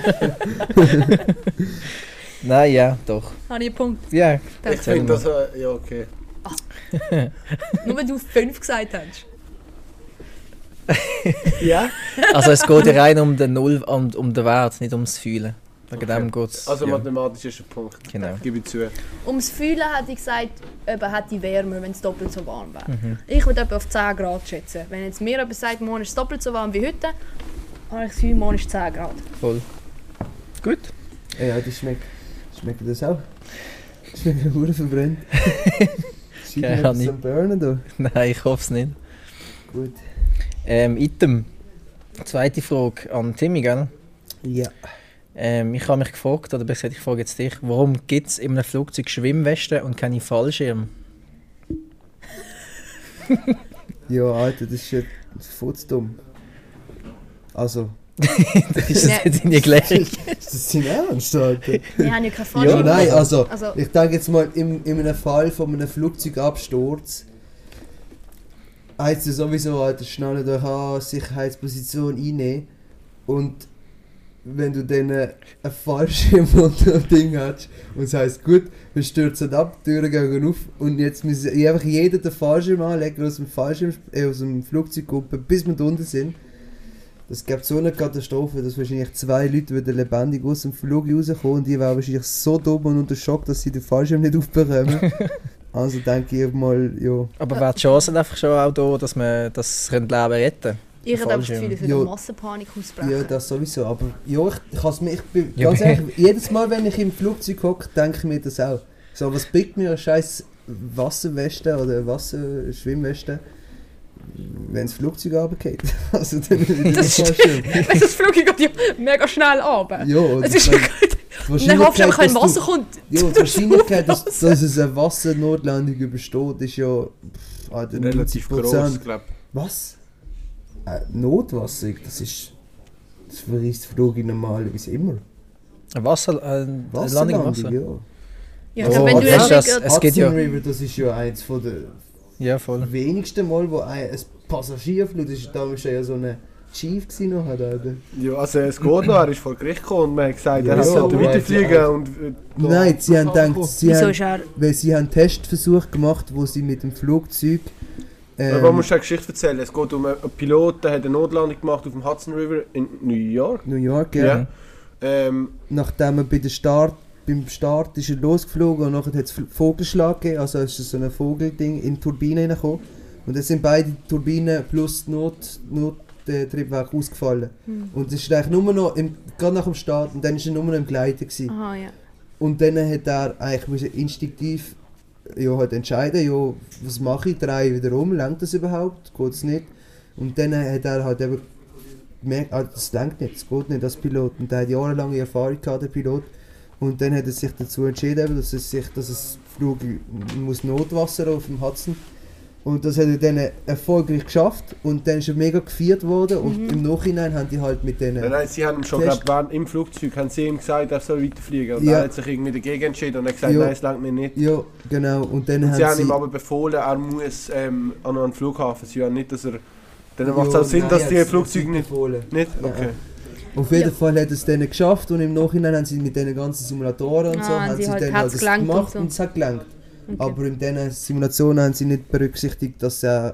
Nein, ja, doch. Habe ich einen Punkt. Ja, Ich erzähl finde mal. das... ja, okay. Nur wenn du 5 gesagt hast. Ja? Also es geht ja rein um den Null, um den Wert, nicht ums Fühlen. Wegen Okay. dem geht's. Also ja, mathematisch ist ein Punkt. genau. Gebe ich zu. Ums Fühlen hätte ich gesagt, eben hätte ich wärmer, wenn es doppelt so warm wäre. Mhm. Ich würde etwa auf 10 Grad schätzen. Wenn jetzt mir jemand sagt, morgen ist es doppelt so warm wie heute, habe ich das Gefühl, morgen ist es 10 Grad. Voll. Gut. Ja, das schmeckt. Schmeckt das auch? Schmeckt ja hure verbrennt. Scheint Keine mir etwas Ahnung. am Burnen da. Nein, ich hoffe es nicht. Gut. Item. Zweite Frage an Timmy, gell? Ja. Ich habe mich gefragt, oder besser gesagt, ich frage jetzt dich, warum gibt es in einem Flugzeug Schwimmwesten und keine Fallschirme? Ja, Alter, das ist ja voll zu dumm. Also, Das ist jetzt in die Erklärung. Das sind Ernst, Alter. Wir haben ja keine Fallschirm. Ja, nein, also, Also- ich denke jetzt mal, in einem Fall von einem Flugzeugabsturz heißt es sowieso, Alter, schnell durch an, Sicherheitsposition einnehmen. Und wenn du dann einen Fallschirm unter dem Ding hast und es heisst, gut, wir stürzen ab, die Türen gehen auf und jetzt müssen einfach jeder den Fallschirm anlegen, aus dem Flugzeug kommt, bis wir da unten sind. Das gibt so eine Katastrophe, dass wahrscheinlich 2 Leute wieder lebendig aus dem Flug rauskommen und die wären wahrscheinlich so dumm und unter Schock, dass sie den Fallschirm nicht aufbekommen. Also denke ich mal, ja. Aber wäre die Chance einfach schon auch da, dass man das Leben retten könnte? Ich habe einfach das Fallschirm. Gefühl, es wird eine Ja. Massenpanik ausbrechen. Ja, das sowieso, aber ja, ich bin Ja, ganz ehrlich, jedes Mal, wenn ich im Flugzeug hocke, denke ich mir das auch. So, was bringt mir eine scheiß Wasserweste oder Wasserschwimmweste, wenn das Flugzeug runtergeht? Also dann wieder Das der ist- Fallschirm. Das Flug geht ja mega schnell runter. Ja, und Es ist ich meine, und die dann hoffst du einfach, Wahrscheinlichkeit, wenn dass Wasser du- kommt. Ja, die Wahrscheinlichkeit, dass es eine Wassernotlandung übersteht, ist ja Alter, Relativ 90%. groß, glaube Was? Notwasser? Das verreist Flug normalerweise immer. Eine Landung im Wasserlandung, Wasser? ja. Ja, Oh, also wenn du das ist jetzt das- nicht Es geht ja- Hudson River, das ist ja eins von der Ja, voll. wenigsten Mal, wo ein Passagierflug, das war damals ja so eine Chief gewesen noch, Alter. Ja, also es geht noch, er ist vor Gericht gekommen und man hat gesagt, Ja, er sollte aber weiterfliegen jetzt- und... Nein, sie haben gedacht, Wieso ist er... weil sie haben einen Testversuch gemacht, wo sie mit dem Flugzeug Aber man muss eine Geschichte erzählen. Es geht um einen Pilot, der hat eine Notlandung gemacht auf dem Hudson River in New York. New York, ja. Ja. Nachdem er beim Start ist er losgeflogen und nachher hat es Vogelschlag gegeben, also ist so ein Vogelding in die Turbine reingekommen. Und dann sind beide Turbinen plus Nottriebwerk ausgefallen. Und das ist eigentlich nur noch, gerade nach dem Start, und dann war er nur noch im Gleiten gewesen. Aha, ja. Und dann hat er eigentlich müssen instinktiv halt entscheiden, ja, was mache ich, drehe ich wieder um, lenkt das überhaupt, geht es nicht. Und dann hat er halt eben gemerkt, das lenkt nicht, das geht nicht als Pilot. Und er hat jahrelange Erfahrung gehabt, der Pilot. Und dann hat er sich dazu entschieden, eben, dass es Flug muss Notwasser auf dem Hudson. Und das hat er dann erfolgreich geschafft und dann ist er mega gefeiert worden und im Nachhinein haben die halt mit denen... Nein, sie haben ihm schon, Test- glaub, im Flugzeug haben sie ihm gesagt, er soll weiterfliegen. Und Ja. er hat sich irgendwie dagegen entschieden und hat gesagt, Ja. nein, es langt mir nicht. Ja, genau. Und dann Und sie haben haben ihm aber befohlen, er muss an einen Flughafen. Sie haben nicht, dass er... Dann Ja, macht es auch Sinn, nein, dass die jetzt Flugzeuge nicht... empfohlen. Nicht? Ja. Okay. Auf jeden Ja. Fall hat es denen geschafft und im Nachhinein haben sie mit den ganzen Simulatoren und so, Ah, haben haben sie sie halt dann hat's halt das gelenkt und gemacht so. und es hat gelenkt. Okay. Aber in diesen Simulationen haben sie nicht berücksichtigt, dass ja,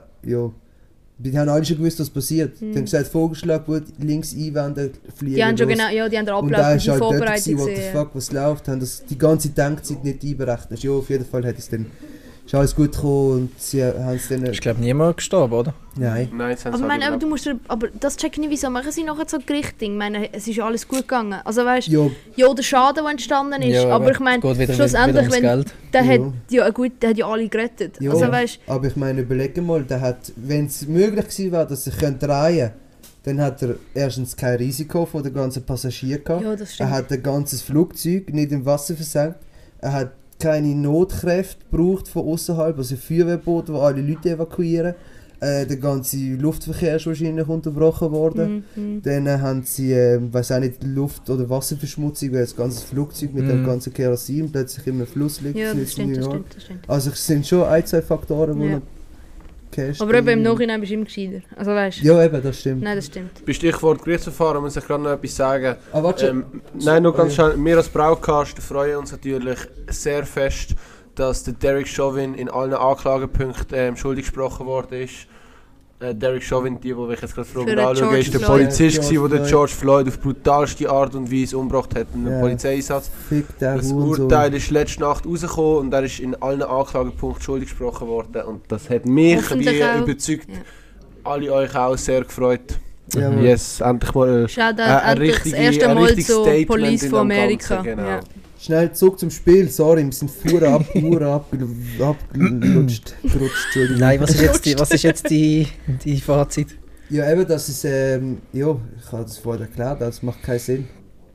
die haben alle schon gewusst, was passiert. Die haben gesagt, Vogelschlag, gut, links einwenden, fliegen Die haben schon los. genau, ja, die haben den Und Ablauf da ist halt dort vorbereitet gewesen, what the gesehen. fuck, was läuft, haben das die ganze Denkzeit nicht einberechnet. Ja, auf jeden Fall hat es dann, ist alles gut gekommen und sie haben es dann... Ist, glaube ich, niemand gestorben, oder? Nein. Nein, jetzt haben Aber, sie ich meine, aber halt du musst, aber das check ich nicht, wieso machen sie nachher so Gerichtding? Ich meine, es ist ja alles gut gegangen. Also weißt Ja, ja, der Schaden, der entstanden ist, Ja, aber ich meine, es geht wieder schlussendlich, ums wenn Geld. der Ja. hat ja gut, der hat ja alle gerettet. ja. Also weißt Aber ich meine, überleg mal, der hat, wenn es möglich gewesen wäre, dass er könnte drehen, dann hat er erstens kein Risiko von den ganzen Passagieren gehabt. ja, das Er stimmt. hat ein ganzes Flugzeug nicht im Wasser versenkt. Er hat keine Notkräfte gebraucht von außerhalb, also Feuerwehrboot, wo alle Leute evakuieren. Der ganze Luftverkehr ist wahrscheinlich unterbrochen worden. Mhm. Dann haben sie, weiß auch nicht, Luft- oder Wasserverschmutzung, weil das ganze Flugzeug mit dem Mhm. ganzen Kerosin plötzlich in einem Fluss liegt. Ja, in das stimmt, New das York. stimmt, das stimmt. Also es sind schon ein, zwei Faktoren, die Ja. noch gehasht Aber eben im Nachhinein bist du immer gescheiter. Also weißt du? Ja, eben, das stimmt. Nein, das stimmt. Bei Stichwort Gerichtsverfahren muss ich gerade noch etwas sagen. Ah, warte schon. Nein, nur ganz ja. schnell. Wir als Broadcast freuen uns natürlich sehr fest, dass der Derek Chauvin in allen Anklagepunkten schuldig gesprochen worden ist. Derek Chauvin, die ich jetzt gerade Für fragen den anschaue, George ist der Floyd. Polizist, George der Floyd. George Floyd auf brutalste Art und Weise umgebracht hat, in einem Ja. Polizeieinsatz. Fick der Das Hurensohn. Urteil ist letzte Nacht rausgekommen und er ist in allen Anklagepunkten schuldig gesprochen worden. Und das hat mich Hoffentlich wie auch. überzeugt, Ja. alle euch auch sehr gefreut. Jawohl. Yes, endlich mal Shoutout ein endlich das erste ein Mal richtiges zur Statement Police in von dem Amerika. Ganzen, genau. Ja. Schnell zurück zum Spiel, sorry, wir sind Fuhren abgerutscht. Entschuldigung. Nein, was ist jetzt die Fazit? Ja, eben, das ist, ja, ich habe das vorher erklärt, das macht keinen Sinn.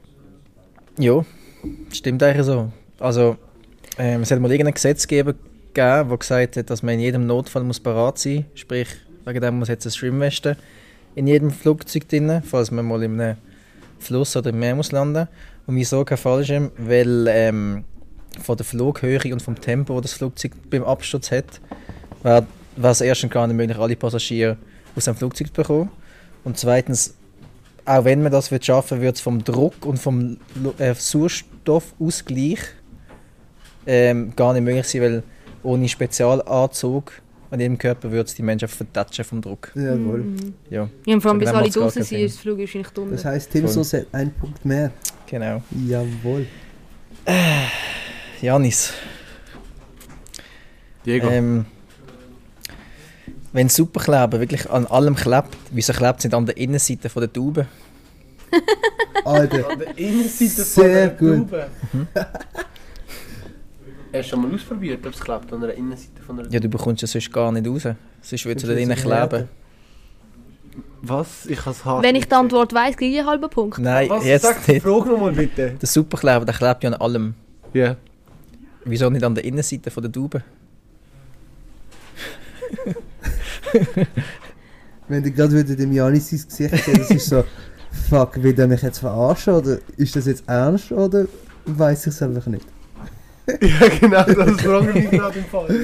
Ja, stimmt eigentlich so. Also, es hat mal irgendeinen Gesetzgeber gegeben, der gesagt hat, dass man in jedem Notfall muss bereit sein muss. Sprich, wegen dem muss jetzt eine Schwimmweste in jedem Flugzeug drin, falls man mal in einem Fluss oder im Meer muss landen. Und wieso kein Fallschirm? Weil von der Flughöhe und vom Tempo, das das Flugzeug beim Absturz hat, wäre es erstens gar nicht möglich, alle Passagiere aus dem Flugzeug zu bekommen. Und zweitens, auch wenn man das schaffen würde, würde es vom Druck und vom Sauerstoffausgleich gar nicht möglich sein, weil ohne Spezialanzug an jedem Körper würde es die Menschen vertatschen vom Druck. Jawohl. Ja, Ja, vor allem bis Dann alle macht's gar draußen keinen sind, Sinn. ist das Flug wahrscheinlich dumm. Das heisst, Tim Voll. Sos hat einen Punkt mehr. genau. Jawohl. Janis, Diego. wenn Superkleber wirklich an allem klebt, wieso klebt es nicht an der Innenseite von der Tube? Alter, An der Innenseite Sehr gut. Tube. Hast du schon mal ausprobiert, ob es klappt an der Innenseite von der Ja, du bekommst es sonst gar nicht raus. Sonst würde es da Sonst drinnen wird's kleben. werden. Was? Ich kann es hart. Wenn ich die Antwort weiss, kriege ich einen halben Punkt. Nein, Was? jetzt Sag die nicht. Frage nochmal bitte. Der Superkleber, der klebt ja an allem. Ja. Wieso nicht an der Innenseite von der Tube? Wenn du gerade wieder dem Janis ins Gesicht sehen, das ist so, fuck, will der mich jetzt verarschen oder ist das jetzt ernst oder weiß ich es einfach nicht? Ja, genau, das frage ich mich gerade im Fall.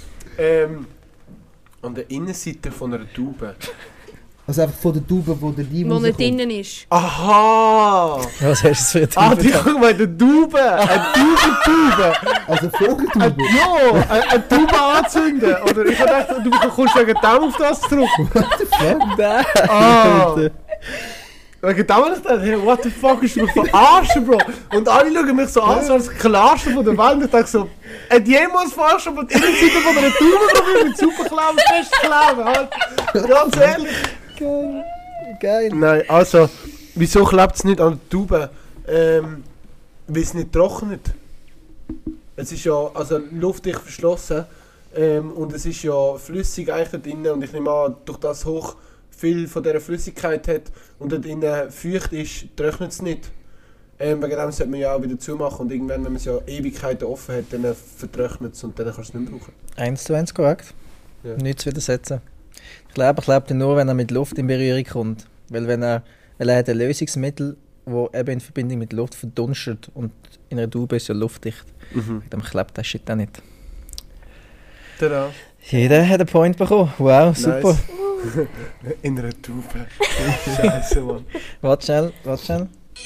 An der Innenseite von einer Tube. Also einfach von der Tube, wo der Leim Wo nicht rauskommt. drinnen ist. Aha! Was hast du jetzt für Ah, eine die Tube? guck mal, eine Tube! Eine Tube! Also Vogeltube. Ja! Eine Tube anzünden! Oder ich hab gedacht, du kommst wegen dem auf das zurück. Nein. Ah! Wegen dem habe ich gedacht, hey, what the fuck, ist du mich verarschen, Bro? Und alle schauen mich so an, so als das Klarste von der Welt. Und ich denke so, hat jemals vorher schon mal die Innenseite von einer Tube probiert mit Superkleben festkleben? Halt. Ganz ehrlich. Geil. Nein, also, wieso klebt es nicht an der Tube? Weil es nicht trocknet. Es ist ja also luftdicht verschlossen und es ist ja flüssig eigentlich da drinnen und ich nehme an, durch das hoch viel von dieser Flüssigkeit hat und da drinnen feucht ist, trocknet es nicht. Wegen dem sollte man ja auch wieder zumachen und irgendwann, wenn man es ja Ewigkeiten offen hat, dann vertrocknet es und dann kannst du es nicht mehr brauchen. 1:1 korrekt. Ja. Nichts zu widersetzen. Kleber klebt ja nur, wenn er mit Luft in Berührung kommt. Weil er hat ein Lösungsmittel, das eben in Verbindung mit Luft verdunstet und in einer Tube ist ja luftdicht. Mhm. Dann klebt das Shit auch nicht. Tada. Jeder hat einen Point bekommen. Wow, super. Nice. In einer Tube. Scheiße, Mann. Warte schnell, warte schnell.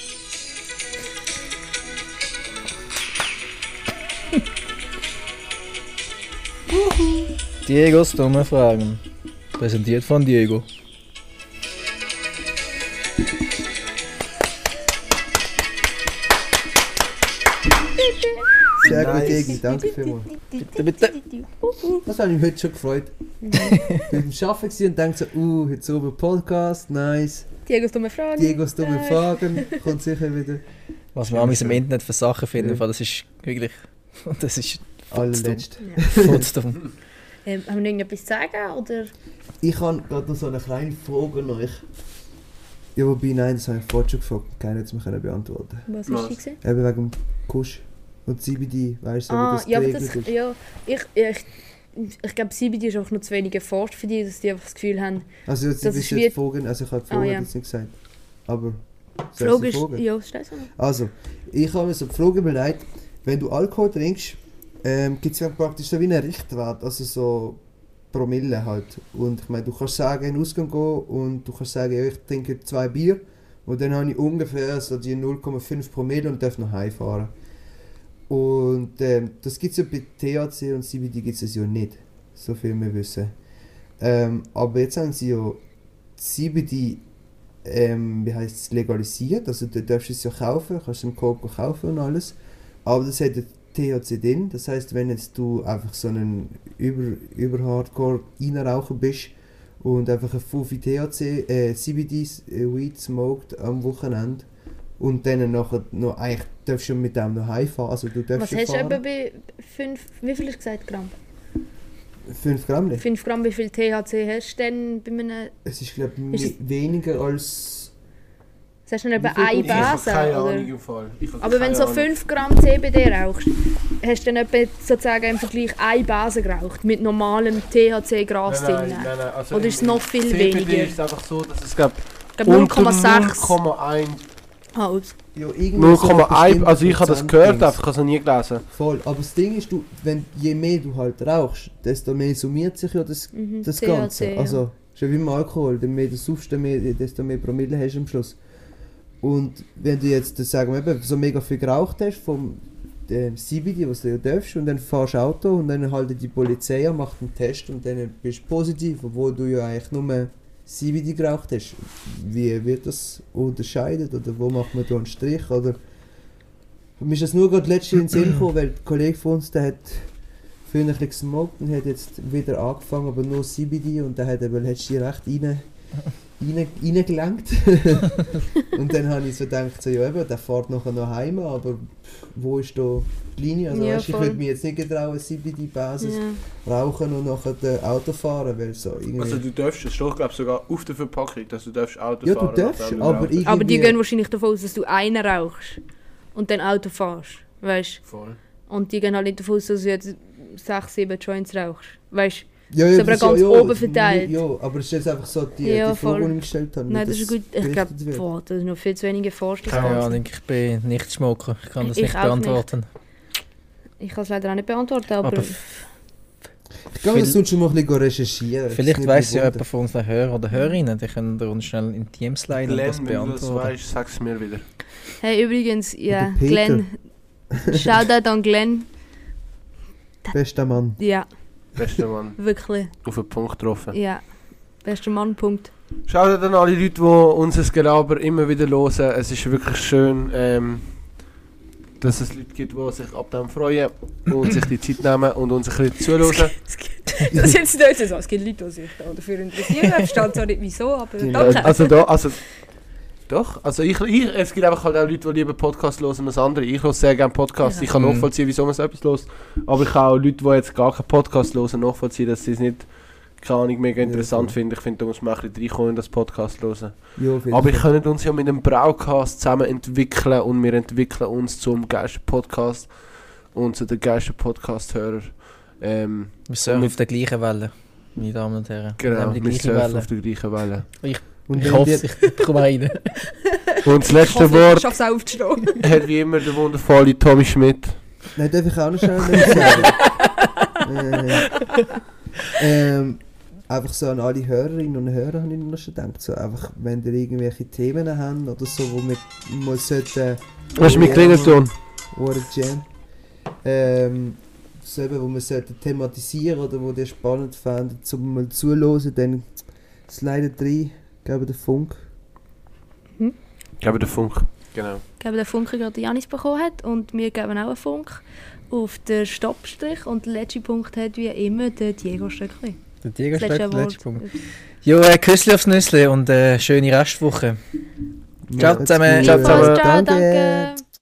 Diegos dumme Fragen. Präsentiert von Diego. Sehr gut, Nice. Gegi, danke vielmals. Bitte, bitte. Das habe ich mich heute schon gefreut. Ich war beim Arbeiten gewesen und dachte so, heute oben Podcast, nice. Diegos dumme Fragen. Diegos dumme Geil. Fragen, kommt sicher wieder. Was wir im Internet für Sachen finden, Ja. das ist wirklich. Das ist Allerletzt. Ja. futzdumm. Haben wir noch irgendetwas zu sagen? Oder? Ich habe gerade noch so eine kleine Frage an euch. Ja, wobei, nein, das habe ich vorhin schon gefragt. Keiner hat es mir können beantworten. Was Was? hast du gesehen? Eben wegen dem Kusch und CBD, weißt du, so wie das ja, aber geregelt ist. ja, ich glaube, CBD ist einfach noch zu wenig erforscht für die, dass die einfach das Gefühl haben. Also, jetzt das bist ist du wie- jetzt Fragen, also ich habe die Frage ja. jetzt nicht gesagt. Aber, Die Frage ist, Fragen? ja, stell sie mal. Also, ich habe mir so die Frage überlegt, wenn du Alkohol trinkst, gibt es ja praktisch so wie einen Richtwert, also so Promille halt. Und ich meine, du kannst sagen, in den Ausgang gehen und du kannst sagen, ja, ich trinke 2 Bier und dann habe ich ungefähr so die 0,5 Promille und darf noch heimfahren. Und das gibt es ja bei THC und CBD gibt es ja nicht, so viel wir wissen. Aber jetzt haben sie ja CBD wie heisst es, legalisiert, also du darfst es ja kaufen, kannst den Coke kaufen und alles, aber das hat THC drin, das heisst, wenn jetzt du einfach so einen über Hardcore Raucher bist und einfach ein Fuffi THC, CBD Weed smoked am Wochenende und dann nachher noch, eigentlich darfst du mit dem noch heimfahren, also du darfst Was schon hast du etwa fahren. bei 5, wie viel hast du gesagt, Gramm? 5 Gramm nicht. 5 Gramm, wie viel THC hast du denn bei einem, Es ist glaube Ist ich weniger als, hast du dann etwa Wie viel eine Prozent? Ich habe Base, keine oder? Ahnung im Fall. Aber wenn du so 5 Gramm CBD rauchst, hast du dann etwa sozusagen im Vergleich eine Base geraucht mit normalem THC-Gras drin. Also Oder ist es noch viel CBD weniger? ist einfach so, dass es glaube Ich glaube 0,6 0,1. halt. Ja, irgendwie so 0,1, also ich habe das gehört, Prozent-Dings. einfach, ich habe es noch nie gelesen. Voll, aber das Ding ist, je mehr du halt rauchst, desto mehr summiert sich ja das THC, Ganze. ja. Also, ist ja wie im Alkohol, je mehr du saufst, desto mehr Promille hast du am Schluss. Und wenn du jetzt, sagen wir eben, so mega viel geraucht hast vom CBD, was du ja darfst, und dann fährst du Auto und dann haltet die Polizei an, macht einen Test und dann bist du positiv, obwohl du ja eigentlich nur CBD geraucht hast. Wie wird das unterscheidet oder wo macht man da einen Strich? Oder mir ist das nur gerade letztens in den Sinn gekommen, weil ein Kollege von uns, der hat früher ein bisschen gesmoked und hat jetzt wieder angefangen, aber nur CBD, und der hat eben letztes Jahr recht reingelenkt. Und dann habe ich so gedacht, so, ja eben, der fährt nachher noch heim, aber wo ist da die Linie? Also, Ja, weißt, ich voll. würde mich jetzt nicht getrauen, CBD-Basis Ja. rauchen und nachher Auto fahren, weil so irgendwie... Also du darfst, es steht glaube sogar auf der Verpackung, dass du darfst Auto ja, fahren du darfst, nachdem du aber rauchst. irgendwie... Aber die gehen wahrscheinlich davon aus, dass du einen rauchst und dann Auto fährst. Weißt Voll. Und die gehen halt nicht davon aus, dass du jetzt 6, 7 Joints rauchst. Weißt Ja, ist aber das ganz oben verteilt. Ja, aber es ist jetzt einfach so die, Ja, die Frage, voll. die ich gestellt habe. Nein, wie das ist gut. Ich glaube, berichtet wird. das ist noch viel zu wenige Keine Forschungsdaten. Ahnung, ich bin nicht Smoker. Ich kann das Ich nicht auch beantworten. Ich kann es leider auch nicht beantworten, aber Aber Ich glaube, das solltest du mal ein bisschen recherchieren. vielleicht Das weiss nimmt ja mich jemand von unseren Hörern oder Hörerinnen, die können uns schnell in die DMs sliden und das Glenn, wenn du das beantworten. weißt, sag es mir wieder. hey, übrigens, ja, Oder Peter. Glenn. Shoutout an Glenn. Wunder. Bester Mann. Ja, Bester Mann, wirklich. auf den Punkt getroffen. Ja. Bester Mann, Punkt. Schaut an alle Leute, die unser Gelaber immer wieder hören. Es ist wirklich schön, dass es Leute gibt, die sich ab dem freuen und sich die Zeit nehmen und uns ein bisschen zuhören. Das ist jetzt nicht so. Es gibt Leute, die sich dafür interessieren. Ich verstehe zwar nicht wieso, aber danke. Also es gibt einfach halt auch Leute, die lieber Podcasts hören als andere. Ich höre sehr gerne Podcasts. Ich kann nachvollziehen, wieso man so etwas hört. Aber ich kann auch Leute, die jetzt gar keinen Podcast hören, nachvollziehen, dass sie es nicht, keine Ahnung, mega interessant finden. Ich finde, da muss man ein bisschen reinkommen in das Podcast hören. Ja, auf jeden Aber wir Fall. können uns ja mit dem Braucast zusammen entwickeln und wir entwickeln uns zum Geister-Podcast und zu den Geister-Podcast-Hörern. Wir surfen mit- auf der gleichen Welle, meine Damen und Herren. Genau, haben die wir gleiche surfen Welle. auf der gleichen Welle. Und Ich wenn hoffe, dir- ich bekomme rein. Und das Ich letzte hoffe, Wort ich schaffe es auch aufzustehen. hat wie immer der wundervolle Tommy Schmidt. Nein, darf ich auch noch schnell etwas sagen? Einfach so an alle Hörerinnen und Hörer habe ich noch schon gedacht. So, einfach, wenn ihr irgendwelche Themen haben oder so, wo wir mal sollten... Was ist mit Klingelton? Oder Jam. So eben, wo wir sollten thematisieren oder wo ihr spannend fändet, zum mal zuhören, dann slidet rein, geben den Funk. Geben den Funk. Genau. Ich glaube, der Funke gerade Janis bekommen hat und wir geben auch einen Funk auf den Stoppstrich und der letzte Punkt hat wie immer der Diego Stöckli. Der Diego Das letzte steht der letzte Wort. Punkt. Jo, Küssli aufs Nüssli und schöne Restwoche. Ciao Macht's zusammen. gut. Ciao zusammen. Ciao, Danke. danke.